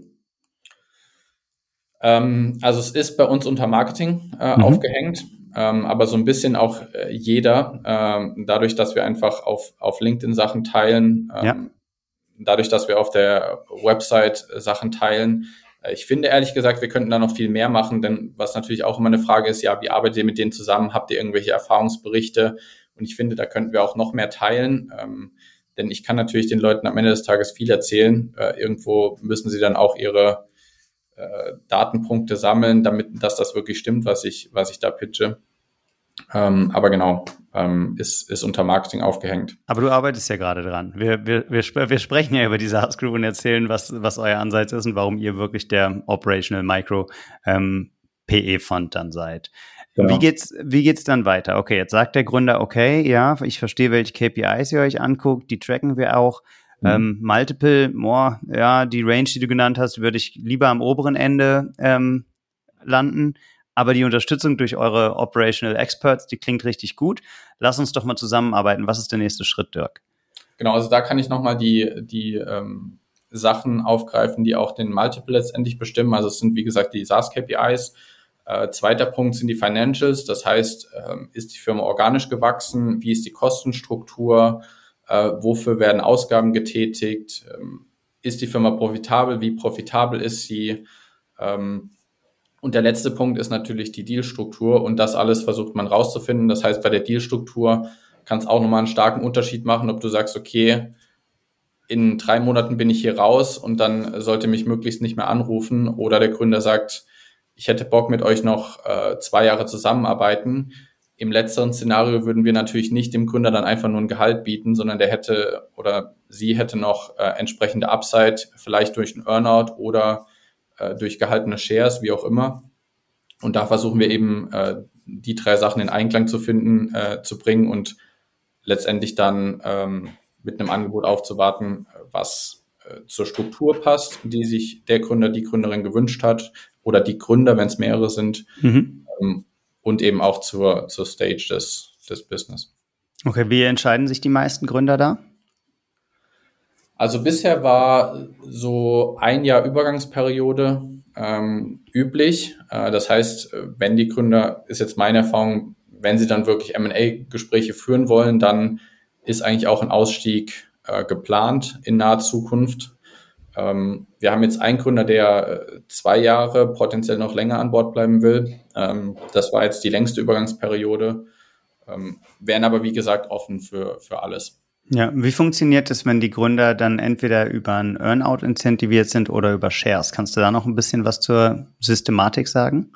Ähm, also es ist bei uns unter Marketing äh, mhm. aufgehängt, ähm, aber so ein bisschen auch äh, jeder, ähm, dadurch, dass wir einfach auf, auf LinkedIn Sachen teilen, ähm, ja. dadurch, dass wir auf der Website Sachen teilen. Ich finde ehrlich gesagt, wir könnten da noch viel mehr machen, denn was natürlich auch immer eine Frage ist, ja, wie arbeitet ihr mit denen zusammen? Habt ihr irgendwelche Erfahrungsberichte? Und ich finde, da könnten wir auch noch mehr teilen, ähm, denn ich kann natürlich den Leuten am Ende des Tages viel erzählen. Äh, irgendwo müssen sie dann auch ihre äh, Datenpunkte sammeln, damit, dass das wirklich stimmt, was ich, was ich da pitche. Ähm, aber genau, ähm, ist, ist unter Marketing aufgehängt. Aber du arbeitest ja gerade dran. Wir, wir, wir, sp- wir sprechen ja über die SaaS Group und erzählen, was, was euer Ansatz ist und warum ihr wirklich der Operational Micro ähm, P E-Fund dann seid. Genau. Wie geht's, wie geht's dann weiter? Okay, jetzt sagt der Gründer, okay, ja, ich verstehe, welche K P Is ihr euch anguckt, die tracken wir auch. Mhm. Ähm, Multiple, boah, ja, die Range, die du genannt hast, würde ich lieber am oberen Ende ähm, landen. Aber die Unterstützung durch eure Operational Experts, die klingt richtig gut. Lass uns doch mal zusammenarbeiten. Was ist der nächste Schritt, Dirk? Genau, also da kann ich nochmal die, die ähm, Sachen aufgreifen, die auch den Multiple letztendlich bestimmen. Also es sind, wie gesagt, die SaaS-K P Is. Äh, zweiter Punkt sind die Financials. Das heißt, ähm, ist die Firma organisch gewachsen? Wie ist die Kostenstruktur? Äh, wofür werden Ausgaben getätigt? Ähm, ist die Firma profitabel? Wie profitabel ist sie? Ähm, Und der letzte Punkt ist natürlich die Dealstruktur und das alles versucht man rauszufinden. Das heißt, bei der Dealstruktur kann es auch nochmal einen starken Unterschied machen, ob du sagst, okay, in drei Monaten bin ich hier raus und dann sollte mich möglichst nicht mehr anrufen, oder der Gründer sagt, ich hätte Bock mit euch noch äh, zwei Jahre zusammenarbeiten. Im letzteren Szenario würden wir natürlich nicht dem Gründer dann einfach nur ein Gehalt bieten, sondern der hätte oder sie hätte noch äh, entsprechende Upside, vielleicht durch einen Earnout oder äh, durch gehaltene Shares, wie auch immer. Und da versuchen wir eben, äh, die drei Sachen in Einklang zu finden, äh, zu bringen und letztendlich dann ähm, mit einem Angebot aufzuwarten, was äh, zur Struktur passt, die sich der Gründer, die Gründerin gewünscht hat, oder die Gründer, wenn es mehrere sind, mhm. ähm, und eben auch zur, zur Stage des, des Business. Okay, wie entscheiden sich die meisten Gründer da? Also bisher war so ein Jahr Übergangsperiode ähm, üblich. Äh, das heißt, wenn die Gründer, ist jetzt meine Erfahrung, wenn sie dann wirklich M and A-Gespräche führen wollen, dann ist eigentlich auch ein Ausstieg äh, geplant in naher Zukunft. Ähm, wir haben jetzt einen Gründer, der äh, zwei Jahre, potenziell noch länger an Bord bleiben will. Ähm, das war jetzt die längste Übergangsperiode. Ähm, wären aber, wie gesagt, offen für, für alles. Ja, wie funktioniert es, wenn die Gründer dann entweder über ein Earnout incentiviert sind oder über Shares? Kannst du da noch ein bisschen was zur Systematik sagen?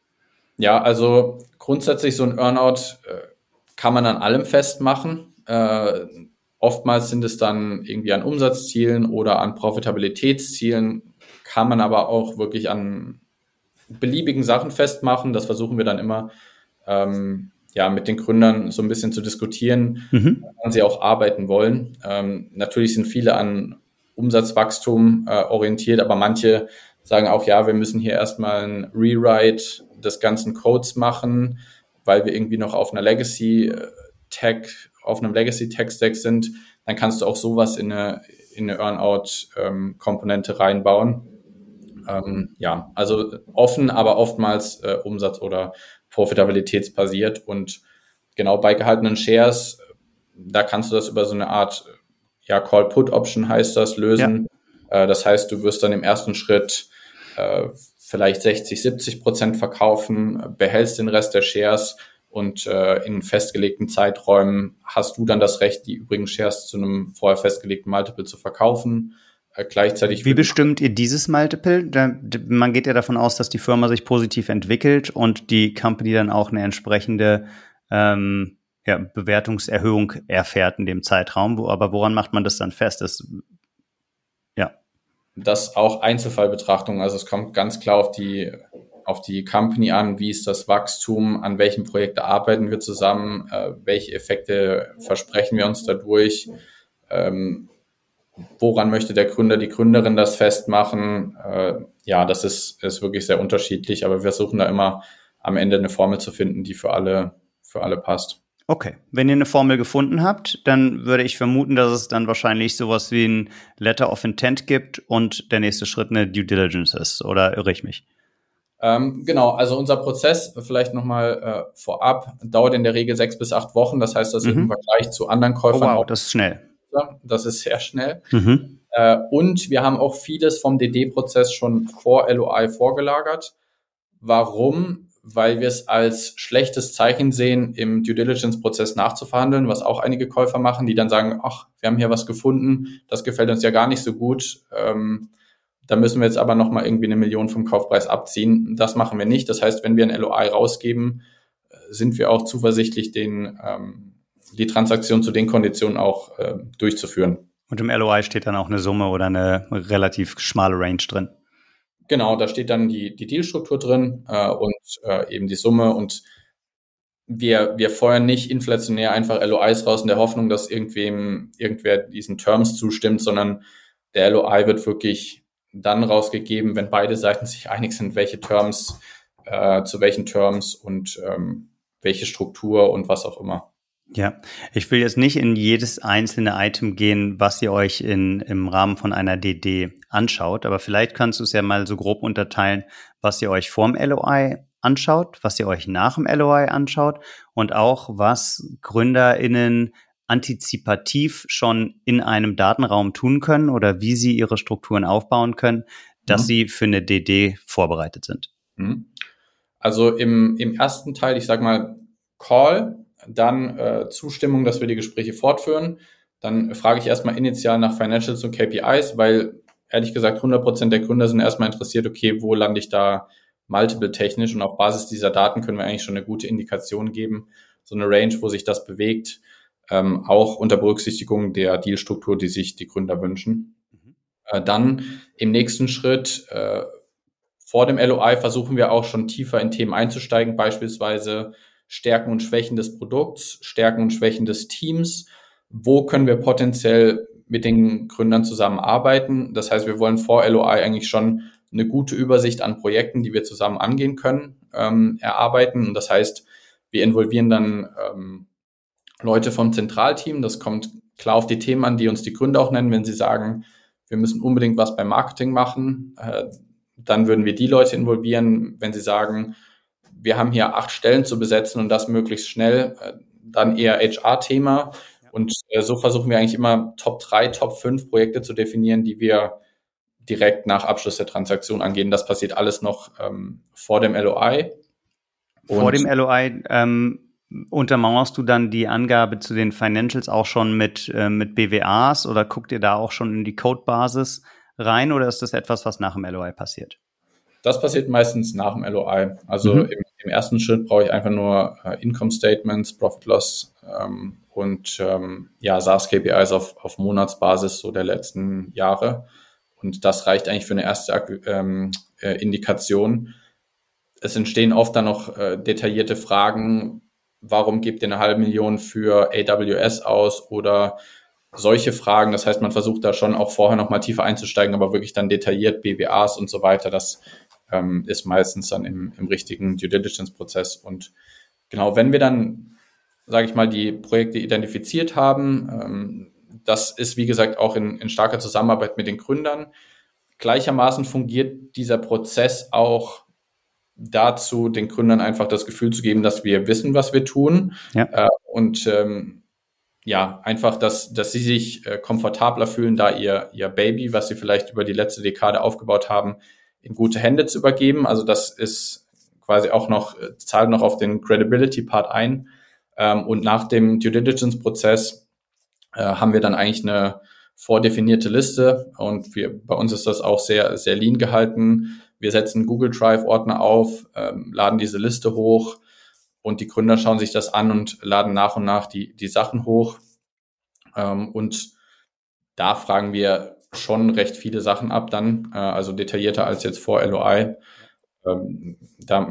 Ja, also grundsätzlich so ein Earnout äh, kann man an allem festmachen. Äh, oftmals sind es dann irgendwie an Umsatzzielen oder an Profitabilitätszielen, kann man aber auch wirklich an beliebigen Sachen festmachen. Das versuchen wir dann immer ähm, ja, mit den Gründern so ein bisschen zu diskutieren, mhm. wann sie auch arbeiten wollen. Ähm, natürlich sind viele an Umsatzwachstum äh, orientiert, aber manche sagen auch, ja, wir müssen hier erstmal ein Rewrite des ganzen Codes machen, weil wir irgendwie noch auf einer Legacy-Tech, auf einem Legacy-Tech-Stack sind. Dann kannst du auch sowas in eine, in eine Earnout-Komponente ähm, reinbauen. Ähm, ja, also offen, aber oftmals äh, Umsatz- oder profitabilitätsbasiert, und genau bei gehaltenen Shares, da kannst du das über so eine Art, ja, Call-Put-Option heißt das, lösen. Ja. Äh, das heißt, du wirst dann im ersten Schritt äh, vielleicht sechzig, siebzig Prozent verkaufen, behältst den Rest der Shares und äh, in festgelegten Zeiträumen hast du dann das Recht, die übrigen Shares zu einem vorher festgelegten Multiple zu verkaufen. Gleichzeitig. Wie bestimmt ihr dieses Multiple? Da, man geht ja davon aus, dass die Firma sich positiv entwickelt und die Company dann auch eine entsprechende ähm, ja, Bewertungserhöhung erfährt in dem Zeitraum. Wo, aber woran macht man das dann fest? Das, ja. Das auch Einzelfallbetrachtung. Also es kommt ganz klar auf die, auf die Company an. Wie ist das Wachstum? An welchen Projekten arbeiten wir zusammen? Äh, welche Effekte versprechen wir uns dadurch? Ähm, Woran möchte der Gründer, die Gründerin das festmachen? Äh, ja, das ist, ist wirklich sehr unterschiedlich, aber wir versuchen da immer am Ende eine Formel zu finden, die für alle, für alle passt. Okay, wenn ihr eine Formel gefunden habt, dann würde ich vermuten, dass es dann wahrscheinlich sowas wie ein Letter of Intent gibt und der nächste Schritt eine Due Diligence ist, oder irre ich mich? Ähm, genau, also unser Prozess, vielleicht nochmal äh, vorab, dauert in der Regel sechs bis acht Wochen. Das heißt, das ist mhm. im Vergleich zu anderen Käufern. Oh wow, auch das ist schnell. Das ist sehr schnell. Mhm. Äh, und wir haben auch vieles vom D D-Prozess schon vor L O I vorgelagert. Warum? Weil wir es als schlechtes Zeichen sehen, im Due-Diligence-Prozess nachzuverhandeln, was auch einige Käufer machen, die dann sagen, ach, wir haben hier was gefunden, das gefällt uns ja gar nicht so gut. Ähm, da müssen wir jetzt aber nochmal irgendwie eine Million vom Kaufpreis abziehen. Das machen wir nicht. Das heißt, wenn wir ein L O I rausgeben, sind wir auch zuversichtlich, den ähm, die Transaktion zu den Konditionen auch äh, durchzuführen. Und im L O I steht dann auch eine Summe oder eine relativ schmale Range drin. Genau, da steht dann die, die Dealstruktur drin äh, und äh, eben die Summe, und wir, wir feuern nicht inflationär einfach L O Is raus in der Hoffnung, dass irgendwem, irgendwer diesen Terms zustimmt, sondern der L O I wird wirklich dann rausgegeben, wenn beide Seiten sich einig sind, welche Terms, äh, zu welchen Terms und ähm, welche Struktur und was auch immer. Ja, ich will jetzt nicht in jedes einzelne Item gehen, was ihr euch in, im Rahmen von einer D D anschaut, aber vielleicht kannst du es ja mal so grob unterteilen, was ihr euch vorm L O I anschaut, was ihr euch nach dem L O I anschaut und auch, was GründerInnen antizipativ schon in einem Datenraum tun können oder wie sie ihre Strukturen aufbauen können, dass mhm. sie für eine D D vorbereitet sind. Also im, im ersten Teil, ich sag mal Call, dann äh, Zustimmung, dass wir die Gespräche fortführen. Dann frage ich erstmal initial nach Financials und K P Is, weil ehrlich gesagt hundert Prozent der Gründer sind erstmal interessiert, okay, wo lande ich da multiple technisch, und auf Basis dieser Daten können wir eigentlich schon eine gute Indikation geben, so eine Range, wo sich das bewegt, ähm, auch unter Berücksichtigung der Dealstruktur, die sich die Gründer wünschen. Mhm. Äh, dann im nächsten Schritt, äh, vor dem L O I versuchen wir auch schon tiefer in Themen einzusteigen, beispielsweise Stärken und Schwächen des Produkts, Stärken und Schwächen des Teams. Wo können wir potenziell mit den Gründern zusammenarbeiten? Das heißt, wir wollen vor L O I eigentlich schon eine gute Übersicht an Projekten, die wir zusammen angehen können, ähm, erarbeiten. Und das heißt, wir involvieren dann ähm, Leute vom Zentralteam. Das kommt klar auf die Themen an, die uns die Gründer auch nennen. Wenn sie sagen, wir müssen unbedingt was beim Marketing machen, äh, dann würden wir die Leute involvieren. Wenn sie sagen, wir haben hier acht Stellen zu besetzen und das möglichst schnell, äh, dann eher H R-Thema. Und äh, so versuchen wir eigentlich immer Top drei, Top fünf Projekte zu definieren, die wir direkt nach Abschluss der Transaktion angehen. Das passiert alles noch ähm, vor dem L O I. Und vor dem L O I ähm, untermauerst du dann die Angabe zu den Financials auch schon mit, äh, mit B W As oder guckt ihr da auch schon in die Codebasis rein, oder ist das etwas, was nach dem L O I passiert? Das passiert meistens nach dem L O I. Also mhm. im, im ersten Schritt brauche ich einfach nur äh, Income Statements, Profit Loss ähm, und ähm, ja, SaaS-K P Is auf, auf Monatsbasis so der letzten Jahre. Und das reicht eigentlich für eine erste ähm, äh, Indikation. Es entstehen oft dann noch äh, detaillierte Fragen. Warum gebt ihr eine halbe Million für A W S aus oder solche Fragen? Das heißt, man versucht da schon auch vorher noch mal tiefer einzusteigen, aber wirklich dann detailliert B W As und so weiter. Das ähm, ist meistens dann im, im richtigen Due Diligence-Prozess. Und genau, wenn wir dann, sage ich mal, die Projekte identifiziert haben, ähm, das ist, wie gesagt, auch in, in starker Zusammenarbeit mit den Gründern. Gleichermaßen fungiert dieser Prozess auch dazu, den Gründern einfach das Gefühl zu geben, dass wir wissen, was wir tun. Ja. Äh, und ähm, ja, einfach, dass, dass sie sich äh, komfortabler fühlen, da ihr, ihr Baby, was sie vielleicht über die letzte Dekade aufgebaut haben, in gute Hände zu übergeben. Also das ist quasi auch noch, zahlt noch auf den Credibility-Part ein. Ähm, und nach dem Due Diligence-Prozess äh, haben wir dann eigentlich eine vordefinierte Liste, und wir, bei uns ist das auch sehr, sehr lean gehalten. Wir setzen Google Drive-Ordner auf, ähm, laden diese Liste hoch, und die Gründer schauen sich das an und laden nach und nach die, die Sachen hoch. Ähm, und da fragen wir schon recht viele Sachen ab dann, äh, also detaillierter als jetzt vor L O I. Ähm, da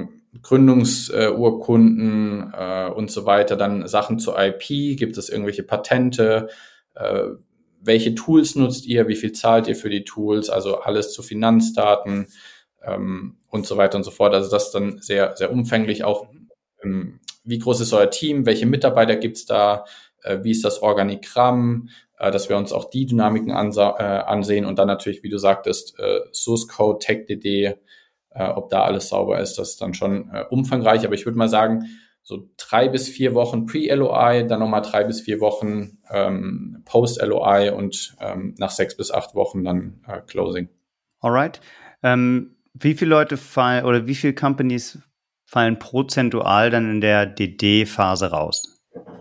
Gründungsurkunden äh, und so weiter, dann Sachen zur I P, gibt es irgendwelche Patente, äh, welche Tools nutzt ihr, wie viel zahlt ihr für die Tools, also alles zu Finanzdaten ähm, und so weiter und so fort. Also das ist dann sehr, sehr umfänglich auch. Ähm, wie groß ist euer Team, welche Mitarbeiter gibt's da, äh, wie ist das Organigramm, äh, dass wir uns auch die Dynamiken ansa- äh, ansehen, und dann natürlich, wie du sagtest, äh, Source Code, Tech D D, äh, ob da alles sauber ist, das ist dann schon äh, umfangreich. Aber ich würde mal sagen, so drei bis vier Wochen Pre-L O I, dann nochmal drei bis vier Wochen ähm, Post-L O I und ähm, nach sechs bis acht Wochen dann äh, Closing. Alright. Ähm, wie viele Leute fallen oder wie viele Companies fallen prozentual dann in der D D-Phase raus?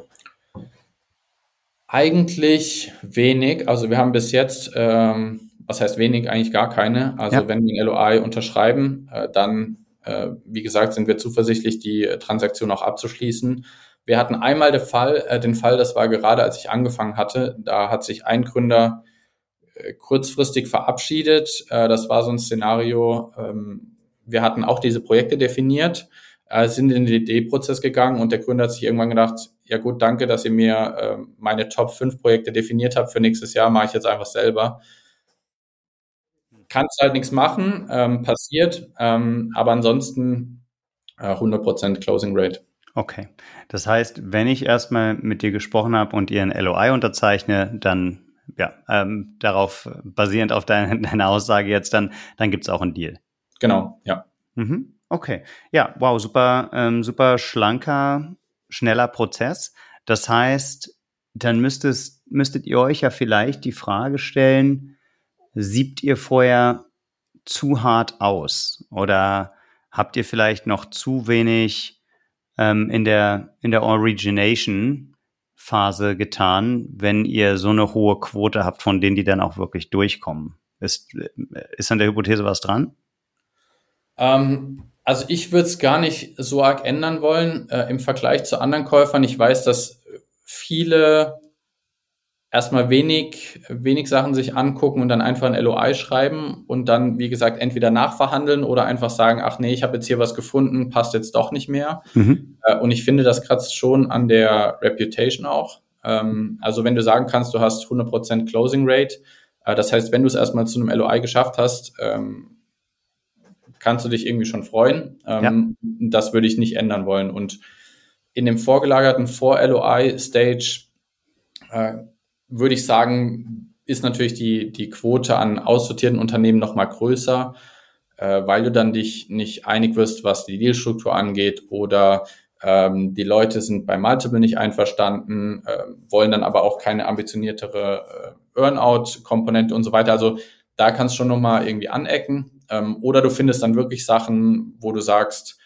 Eigentlich wenig. Also wir haben bis jetzt, ähm, was heißt wenig, eigentlich gar keine. Also ja. Wenn wir ein L O I unterschreiben, äh, dann wie gesagt, sind wir zuversichtlich, die Transaktion auch abzuschließen. Wir hatten einmal den Fall, äh, den Fall, das war gerade, als ich angefangen hatte, da hat sich ein Gründer äh, kurzfristig verabschiedet. Äh, das war so ein Szenario, ähm, wir hatten auch diese Projekte definiert, äh, sind in den D D-Prozess gegangen, und der Gründer hat sich irgendwann gedacht, ja gut, danke, dass ihr mir äh, meine Top fünf Projekte definiert habt für nächstes Jahr, mache ich jetzt einfach selber. Kannst halt nichts machen, ähm, passiert, ähm, aber ansonsten äh, hundert Prozent Closing Rate. Okay, das heißt, wenn ich erstmal mit dir gesprochen habe und ihr ein L O I unterzeichne, dann, ja, ähm, darauf basierend auf deine, deine Aussage jetzt, dann, dann gibt's auch einen Deal. Genau, ja. Mhm. Okay, ja, wow, super, ähm, super schlanker, schneller Prozess. Das heißt, dann müsstest, müsstet ihr euch ja vielleicht die Frage stellen, siebt ihr vorher zu hart aus oder habt ihr vielleicht noch zu wenig ähm, in der, in der Origination-Phase getan, wenn ihr so eine hohe Quote habt, von denen die dann auch wirklich durchkommen? Ist, ist an der Hypothese was dran? Ähm, also ich würde es gar nicht so arg ändern wollen äh, im Vergleich zu anderen Käufern. Ich weiß, dass viele erstmal wenig, wenig Sachen sich angucken und dann einfach ein L O I schreiben und dann, wie gesagt, entweder nachverhandeln oder einfach sagen, ach nee, ich habe jetzt hier was gefunden, passt jetzt doch nicht mehr. Mhm. Äh, und ich finde, das kratzt schon an der Reputation auch. Ähm, also wenn du sagen kannst, du hast hundert Prozent Closing Rate, äh, das heißt, wenn du es erstmal zu einem L O I geschafft hast, ähm, kannst du dich irgendwie schon freuen. Ähm, ja. Das würde ich nicht ändern wollen. Und in dem vorgelagerten Vor-L O I-Stage äh, würde ich sagen, ist natürlich die, die Quote an aussortierten Unternehmen noch mal größer, äh, weil du dann dich nicht einig wirst, was die Dealstruktur angeht oder ähm, die Leute sind bei Multiple nicht einverstanden, äh, wollen dann aber auch keine ambitioniertere äh, Earn-out-Komponente und so weiter. Also da kannst du schon noch mal irgendwie anecken. Ähm, oder du findest dann wirklich Sachen, wo du sagst,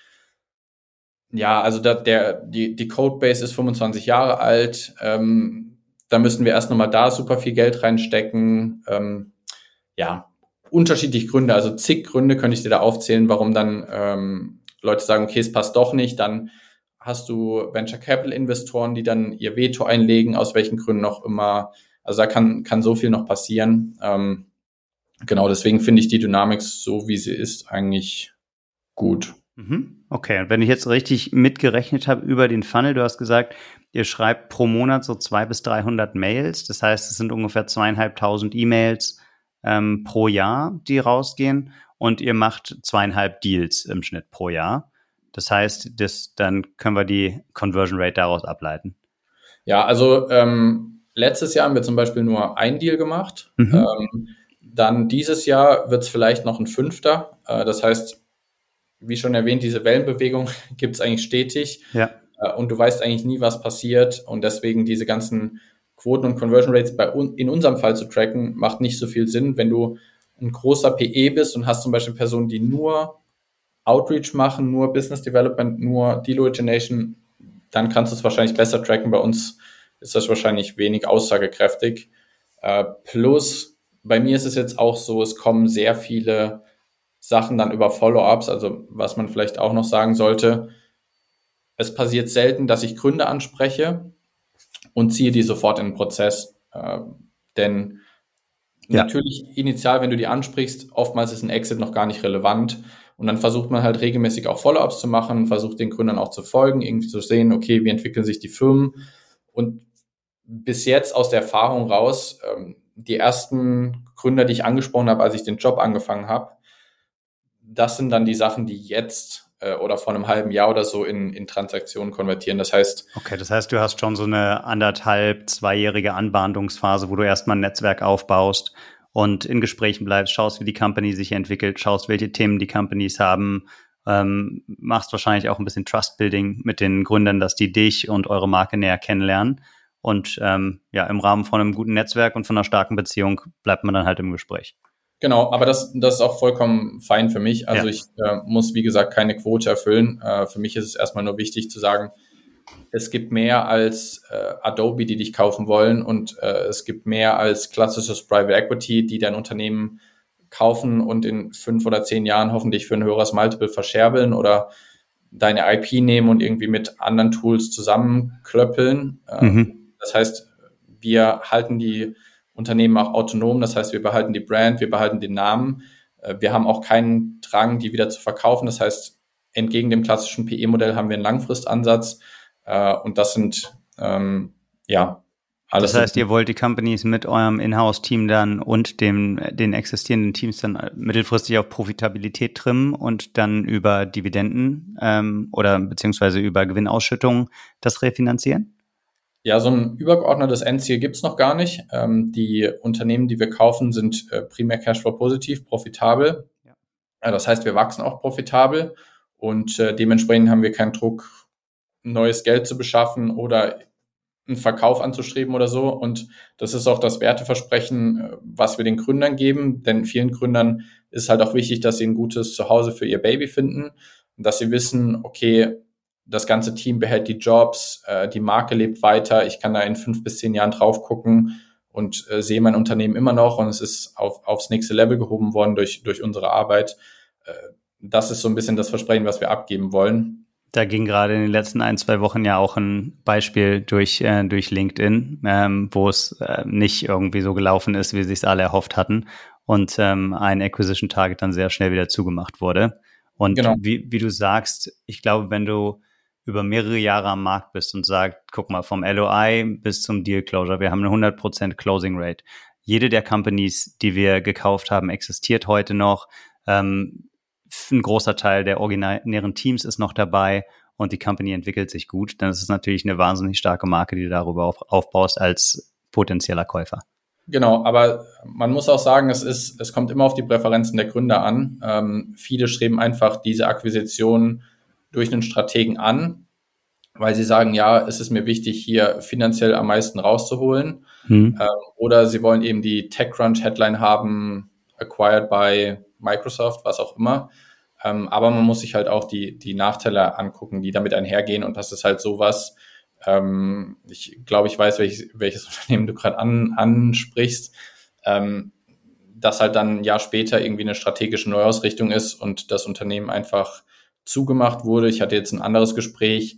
ja, also da, der, die, die Codebase ist fünfundzwanzig Jahre alt, ähm, da müssen wir erst nochmal da super viel Geld reinstecken. Ähm, ja, unterschiedliche Gründe, also zig Gründe könnte ich dir da aufzählen, warum dann ähm, Leute sagen, okay, es passt doch nicht. Dann hast du Venture Capital Investoren, die dann ihr Veto einlegen, aus welchen Gründen auch immer. Also da kann, kann so viel noch passieren. Ähm, genau, deswegen finde ich die Dynamik, so wie sie ist, eigentlich gut. Okay, und wenn ich jetzt richtig mitgerechnet habe über den Funnel, du hast gesagt, ihr schreibt pro Monat so zwei bis dreihundert Mails. Das heißt, es sind ungefähr zweieinhalbtausend E-Mails ähm, pro Jahr, die rausgehen. Und ihr macht zweieinhalb Deals im Schnitt pro Jahr. Das heißt, das, dann können wir die Conversion Rate daraus ableiten. Ja, also ähm, letztes Jahr haben wir zum Beispiel nur ein Deal gemacht. Mhm. Ähm, dann dieses Jahr wird es vielleicht noch ein fünfter. Äh, das heißt, wie schon erwähnt, diese Wellenbewegung gibt es eigentlich stetig. Ja. Und du weißt eigentlich nie, was passiert. Und deswegen diese ganzen Quoten und Conversion Rates bei un- in unserem Fall zu tracken, macht nicht so viel Sinn. Wenn du ein großer P E bist und hast zum Beispiel Personen, die nur Outreach machen, nur Business Development, nur Deal Origination, dann kannst du es wahrscheinlich besser tracken. Bei uns ist das wahrscheinlich wenig aussagekräftig. Äh, plus, bei mir ist es jetzt auch so, es kommen sehr viele Sachen dann über Follow-ups, also was man vielleicht auch noch sagen sollte, es passiert selten, dass ich Gründe anspreche und ziehe die sofort in den Prozess, äh, denn ja. Natürlich initial, wenn du die ansprichst, oftmals ist ein Exit noch gar nicht relevant und dann versucht man halt regelmäßig auch Follow-ups zu machen, versucht den Gründern auch zu folgen, irgendwie zu sehen, okay, wie entwickeln sich die Firmen und bis jetzt aus der Erfahrung raus, ähm, die ersten Gründer, die ich angesprochen habe, als ich den Job angefangen habe, das sind dann die Sachen, die jetzt äh, oder vor einem halben Jahr oder so in, in Transaktionen konvertieren. Das heißt... Okay, das heißt, du hast schon so eine anderthalb, zweijährige Anbahndungsphase, wo du erstmal ein Netzwerk aufbaust und in Gesprächen bleibst, schaust, wie die Company sich entwickelt, schaust, welche Themen die Companies haben, ähm, machst wahrscheinlich auch ein bisschen Trust-Building mit den Gründern, dass die dich und eure Marke näher kennenlernen. Und ähm, ja, im Rahmen von einem guten Netzwerk und von einer starken Beziehung bleibt man dann halt im Gespräch. Genau, aber das, das ist auch vollkommen fein für mich. Also ja. ich äh, muss, wie gesagt, keine Quote erfüllen. Äh, für mich ist es erstmal nur wichtig zu sagen, es gibt mehr als äh, Adobe, die dich kaufen wollen und äh, es gibt mehr als klassisches Private Equity, die dein Unternehmen kaufen und in fünf oder zehn Jahren hoffentlich für ein höheres Multiple verscherbeln oder deine I P nehmen und irgendwie mit anderen Tools zusammenklöppeln. Äh, mhm. Das heißt, wir halten die Unternehmen auch autonom, das heißt, wir behalten die Brand, wir behalten den Namen. Wir haben auch keinen Drang, die wieder zu verkaufen. Das heißt, entgegen dem klassischen P E-Modell haben wir einen Langfristansatz und das sind, ähm, ja, alles. Das heißt, ihr wollt die Companies mit eurem Inhouse-Team dann und dem, den existierenden Teams dann mittelfristig auf Profitabilität trimmen und dann über Dividenden ähm, oder beziehungsweise über Gewinnausschüttungen das refinanzieren? Ja, so ein übergeordnetes Endziel gibt's noch gar nicht. Ähm, die Unternehmen, die wir kaufen, sind äh, primär Cashflow-positiv, profitabel. Ja. Ja, das heißt, wir wachsen auch profitabel und äh, dementsprechend haben wir keinen Druck, neues Geld zu beschaffen oder einen Verkauf anzustreben oder so. Und das ist auch das Werteversprechen, äh, was wir den Gründern geben. Denn vielen Gründern ist halt auch wichtig, dass sie ein gutes Zuhause für ihr Baby finden und dass sie wissen, okay, das ganze Team behält die Jobs, äh, die Marke lebt weiter, ich kann da in fünf bis zehn Jahren drauf gucken und äh, sehe mein Unternehmen immer noch und es ist auf, aufs nächste Level gehoben worden durch, durch unsere Arbeit. Äh, das ist so ein bisschen das Versprechen, was wir abgeben wollen. Da ging gerade in den letzten ein, zwei Wochen ja auch ein Beispiel durch, äh, durch LinkedIn, ähm, wo es äh, nicht irgendwie so gelaufen ist, wie sich es alle erhofft hatten und ähm, ein Acquisition Target dann sehr schnell wieder zugemacht wurde. Und genau. wie, wie du sagst, ich glaube, wenn du über mehrere Jahre am Markt bist und sagst, guck mal, vom L O I bis zum Deal Closure, wir haben eine hundert Prozent Closing Rate. Jede der Companies, die wir gekauft haben, existiert heute noch. Ähm, ein großer Teil der originären Teams ist noch dabei und die Company entwickelt sich gut. Dann ist es natürlich eine wahnsinnig starke Marke, die du darüber auf, aufbaust als potenzieller Käufer. Genau, aber man muss auch sagen, es ist, es kommt immer auf die Präferenzen der Gründer an. Ähm, viele streben einfach diese Akquisition durch einen Strategen an, weil sie sagen, ja, es ist mir wichtig, hier finanziell am meisten rauszuholen. Hm. Ähm, oder sie wollen eben die TechCrunch-Headline haben, acquired by Microsoft, was auch immer. Ähm, aber man muss sich halt auch die, die Nachteile angucken, die damit einhergehen. Und das ist halt sowas, ähm, ich glaube, ich weiß, welches, welches Unternehmen du gerade an, ansprichst, ähm, dass halt dann ein Jahr später irgendwie eine strategische Neuausrichtung ist und das Unternehmen einfach zugemacht wurde. Ich hatte jetzt ein anderes Gespräch,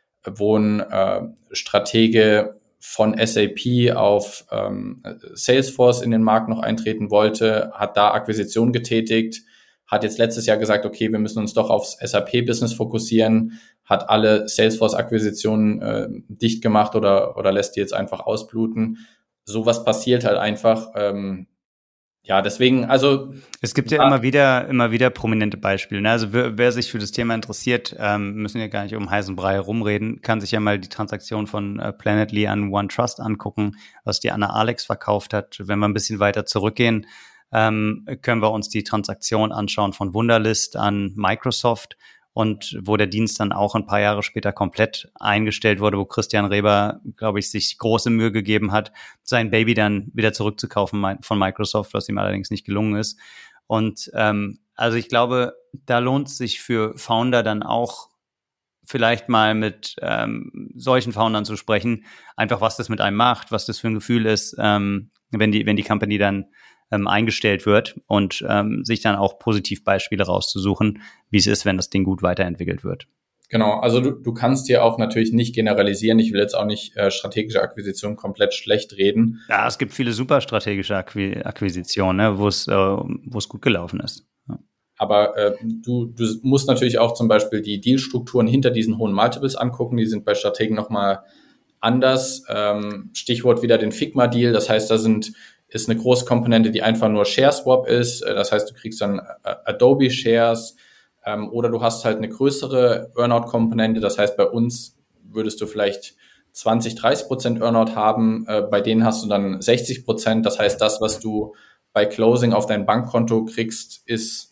wo ein äh, Stratege von S A P auf ähm, Salesforce in den Markt noch eintreten wollte, hat da Akquisition getätigt, hat jetzt letztes Jahr gesagt, okay, wir müssen uns doch aufs S A P-Business fokussieren, hat alle Salesforce-Akquisitionen äh, dicht gemacht oder oder lässt die jetzt einfach ausbluten. Sowas passiert halt einfach. Ähm, ja, deswegen, also es gibt ja, ja immer wieder immer wieder prominente Beispiele. Ne? Also wer, wer sich für das Thema interessiert, ähm, müssen wir gar nicht um heißen Brei herumreden, kann sich ja mal die Transaktion von äh, Planetly an OneTrust angucken, was die Anna Alex verkauft hat. Wenn wir ein bisschen weiter zurückgehen, ähm, können wir uns die Transaktion anschauen von Wunderlist an Microsoft und wo der Dienst dann auch ein paar Jahre später komplett eingestellt wurde, wo Christian Reber, glaube ich, sich große Mühe gegeben hat, sein Baby dann wieder zurückzukaufen von Microsoft, was ihm allerdings nicht gelungen ist. Und ähm, also ich glaube, da lohnt es sich für Founder dann auch vielleicht mal mit ähm, solchen Foundern zu sprechen, einfach was das mit einem macht, was das für ein Gefühl ist, ähm, wenn die wenn die Company dann ähm, eingestellt wird und ähm, sich dann auch Positivbeispiele rauszusuchen, wie es ist, wenn das Ding gut weiterentwickelt wird. Genau, also du, du kannst dir auch natürlich nicht generalisieren. Ich will jetzt auch nicht äh, strategische Akquisitionen komplett schlecht reden. Ja, es gibt viele super strategische Akqu- Akquisitionen, ne, wo es äh, wo es gut gelaufen ist. Ja. Aber äh, du, du musst natürlich auch zum Beispiel die Dealstrukturen hinter diesen hohen Multiples angucken. Die sind bei Strategen nochmal anders. Ähm, Stichwort wieder den Figma-Deal. Das heißt, da sind ist eine große Komponente, die einfach nur Share Swap ist. Das heißt, du kriegst dann Adobe Shares ähm, oder du hast halt eine größere Earnout-Komponente. Das heißt, bei uns würdest du vielleicht zwanzig, dreißig Prozent Earnout haben. Äh, bei denen hast du dann sechzig Prozent. Das heißt, das, was du bei Closing auf dein Bankkonto kriegst, ist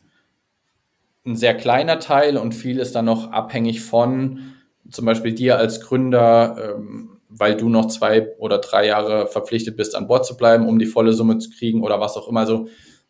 ein sehr kleiner Teil und viel ist dann noch abhängig von zum Beispiel dir als Gründer, ähm, weil du noch zwei oder drei Jahre verpflichtet bist, an Bord zu bleiben, um die volle Summe zu kriegen oder was auch immer. Also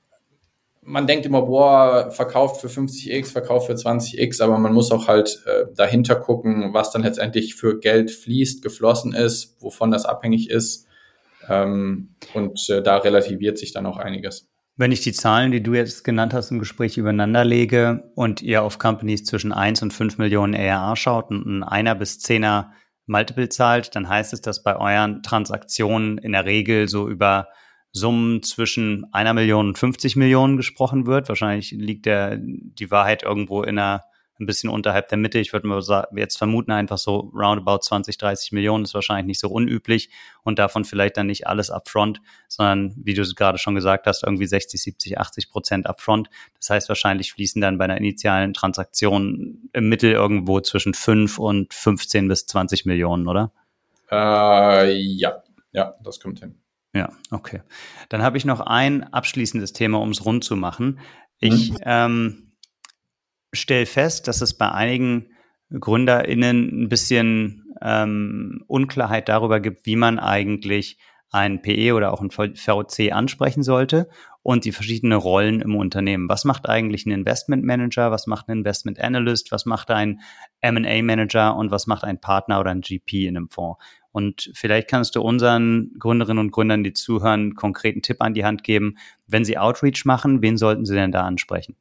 man denkt immer, boah, verkauft für fünfzig X, verkauft für zwanzig X, aber man muss auch halt äh, dahinter gucken, was dann letztendlich für Geld fließt, geflossen ist, wovon das abhängig ist. Ähm, und äh, da relativiert sich dann auch einiges. Wenn ich die Zahlen, die du jetzt genannt hast im Gespräch, übereinander lege und ihr auf Companies zwischen eins und fünf Millionen A R R schaut und ein einer bis zehner Multiple zahlt, dann heißt es, dass bei euren Transaktionen in der Regel so über Summen zwischen einer Million und fünfzig Millionen gesprochen wird. Wahrscheinlich liegt der, die Wahrheit irgendwo in einer, ein bisschen unterhalb der Mitte. Ich würde mal jetzt vermuten, einfach so roundabout zwanzig, dreißig Millionen ist wahrscheinlich nicht so unüblich und davon vielleicht dann nicht alles upfront, sondern, wie du es gerade schon gesagt hast, irgendwie sechzig, siebzig, achtzig Prozent upfront. Das heißt, wahrscheinlich fließen dann bei einer initialen Transaktion im Mittel irgendwo zwischen fünf und fünfzehn bis zwanzig Millionen, oder? Äh, ja, ja, das kommt hin. Ja, okay. Dann habe ich noch ein abschließendes Thema, um es rund zu machen. Ich mhm. ähm, stelle fest, dass es bei einigen GründerInnen ein bisschen ähm, Unklarheit darüber gibt, wie man eigentlich ein P E oder auch ein V C ansprechen sollte und die verschiedenen Rollen im Unternehmen. Was macht eigentlich ein Investment Manager? Was macht ein Investment Analyst? Was macht ein M and A Manager? Und was macht ein Partner oder ein G P in einem Fonds? Und vielleicht kannst du unseren Gründerinnen und Gründern, die zuhören, einen konkreten Tipp an die Hand geben. Wenn sie Outreach machen, wen sollten sie denn da ansprechen?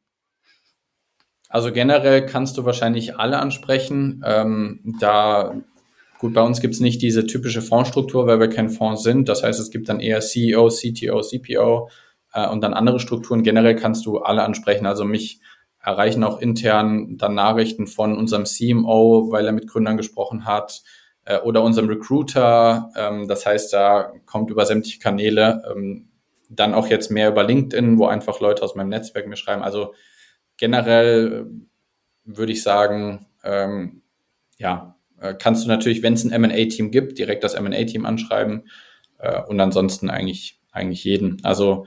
Also generell kannst du wahrscheinlich alle ansprechen. Ähm, da gut, bei uns gibt es nicht diese typische Fondsstruktur, weil wir kein Fonds sind. Das heißt, es gibt dann eher C E O, C T O, C P O äh, und dann andere Strukturen. Generell kannst du alle ansprechen. Also mich erreichen auch intern dann Nachrichten von unserem C M O, weil er mit Gründern gesprochen hat, äh, oder unserem Recruiter. Ähm, das heißt, da kommt über sämtliche Kanäle, ähm, dann auch jetzt mehr über LinkedIn, wo einfach Leute aus meinem Netzwerk mir schreiben. Also generell würde ich sagen, ähm, ja, äh, kannst du natürlich, wenn es ein M and A-Team gibt, direkt das M and A-Team anschreiben äh, und ansonsten eigentlich eigentlich jeden. Also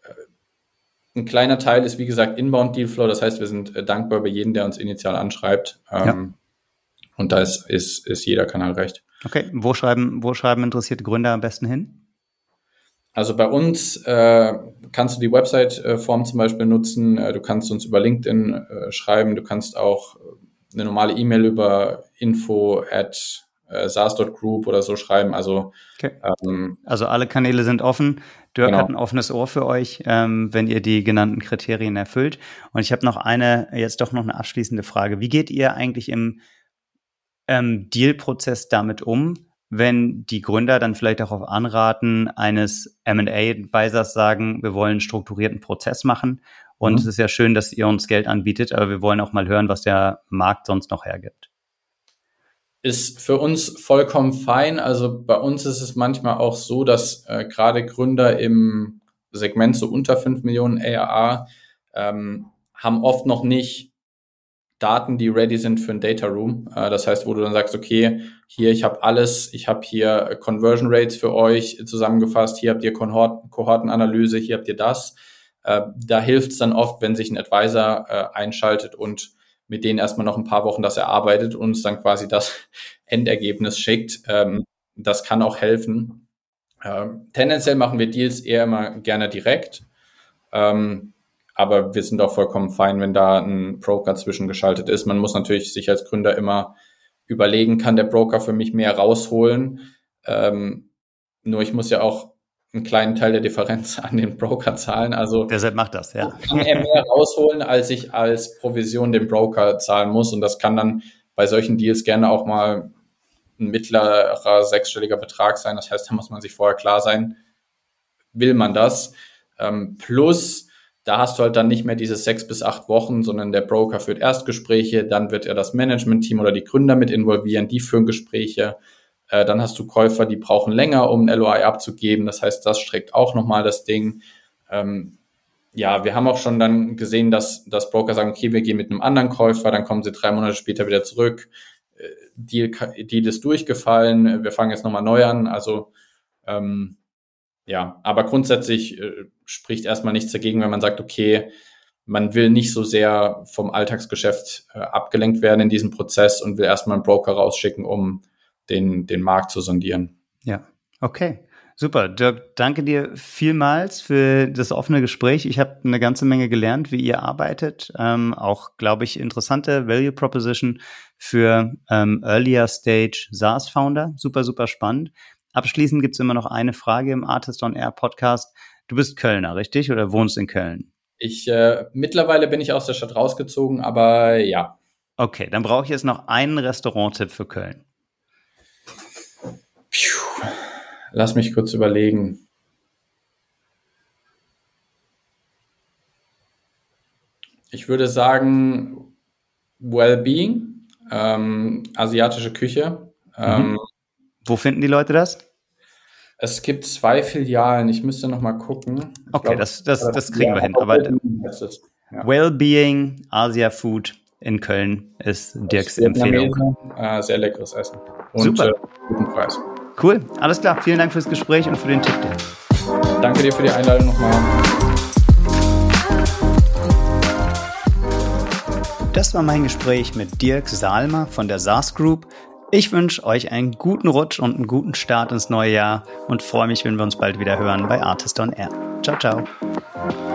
äh, ein kleiner Teil ist, wie gesagt, Inbound-Dealflow. Das heißt, wir sind äh, dankbar bei jedem, der uns initial anschreibt. Ähm, ja. Und da ist, ist, ist jeder Kanal recht. Okay, wo schreiben, wo schreiben interessierte Gründer am besten hin? Also bei uns äh, kannst du die Website-Form zum Beispiel nutzen. Äh, du kannst uns über LinkedIn äh, schreiben. Du kannst auch eine normale E-Mail über info at saas dot group oder so schreiben. Also, okay. ähm, also alle Kanäle sind offen. Dirk genau. hat ein offenes Ohr für euch, ähm, wenn ihr die genannten Kriterien erfüllt. Und ich habe noch eine, jetzt doch noch eine abschließende Frage. Wie geht ihr eigentlich im ähm, Deal-Prozess damit um, wenn die Gründer dann vielleicht auch auf Anraten eines M and A-Advisors sagen, wir wollen einen strukturierten Prozess machen und mhm. es ist ja schön, dass ihr uns Geld anbietet, aber wir wollen auch mal hören, was der Markt sonst noch hergibt. Ist für uns vollkommen fein. Also bei uns ist es manchmal auch so, dass äh, gerade Gründer im Segment so unter fünf Millionen A R R ähm, haben oft noch nicht Daten, die ready sind für ein Data Room. Äh, das heißt, wo du dann sagst, okay, hier, ich habe alles, ich habe hier Conversion Rates für euch zusammengefasst, hier habt ihr Kohort- Kohortenanalyse, hier habt ihr das. Äh, da hilft es dann oft, wenn sich ein Advisor äh, einschaltet und mit denen erstmal noch ein paar Wochen das erarbeitet und uns dann quasi das Endergebnis schickt. Ähm, das kann auch helfen. Ähm, tendenziell machen wir Deals eher immer gerne direkt. Ähm, aber wir sind auch vollkommen fein, wenn da ein Broker zwischengeschaltet ist. Man muss natürlich sich als Gründer immer überlegen, kann der Broker für mich mehr rausholen? Ähm, nur ich muss ja auch einen kleinen Teil der Differenz an den Broker zahlen. Also deshalb macht das, ja. Kann er mehr rausholen, als ich als Provision dem Broker zahlen muss. Und das kann dann bei solchen Deals gerne auch mal ein mittlerer sechsstelliger Betrag sein. Das heißt, da muss man sich vorher klar sein, will man das? Ähm, plus, da hast du halt dann nicht mehr diese sechs bis acht Wochen, sondern der Broker führt Erstgespräche, dann wird er das Management-Team oder die Gründer mit involvieren, die führen Gespräche. Äh, dann hast du Käufer, die brauchen länger, um ein L O I abzugeben. Das heißt, das streckt auch nochmal das Ding. Ähm, ja, wir haben auch schon dann gesehen, dass, dass Broker sagen, okay, wir gehen mit einem anderen Käufer, dann kommen sie drei Monate später wieder zurück. Äh, Deal, Deal ist durchgefallen, wir fangen jetzt nochmal neu an. Also ähm, ja, aber grundsätzlich äh, spricht erstmal nichts dagegen, wenn man sagt, okay, man will nicht so sehr vom Alltagsgeschäft äh, abgelenkt werden in diesem Prozess und will erstmal einen Broker rausschicken, um den, den Markt zu sondieren. Ja, okay. Super. Dirk, danke dir vielmals für das offene Gespräch. Ich habe eine ganze Menge gelernt, wie ihr arbeitet. Ähm, auch, glaube ich, interessante Value Proposition für ähm, Earlier Stage SaaS-Founder. Super, super spannend. Abschließend gibt es immer noch eine Frage im Artist on Air Podcast. Du bist Kölner, richtig? Oder wohnst in Köln? Ich, äh, mittlerweile bin ich aus der Stadt rausgezogen, aber ja. Okay, dann brauche ich jetzt noch einen Restaurant-Tipp für Köln. Puh. Lass mich kurz überlegen. Ich würde sagen Wellbeing, ähm, asiatische Küche. Mhm. Ähm, Wo finden die Leute das? Es gibt zwei Filialen. Ich müsste noch mal gucken. Ich okay, glaub, das, das, das kriegen ja, wir hin. Aber ja. Wellbeing, Asia Food in Köln ist Dirks Empfehlung. Äh, sehr leckeres Essen. Und super. Äh, guten Preis. Cool, alles klar. Vielen Dank fürs Gespräch und für den Tipp. Danke dir für die Einladung nochmal. Das war mein Gespräch mit Dirk Salmer von der SaaS Group. Ich wünsche euch einen guten Rutsch und einen guten Start ins neue Jahr und freue mich, wenn wir uns bald wieder hören bei Artist on Air. Ciao, ciao.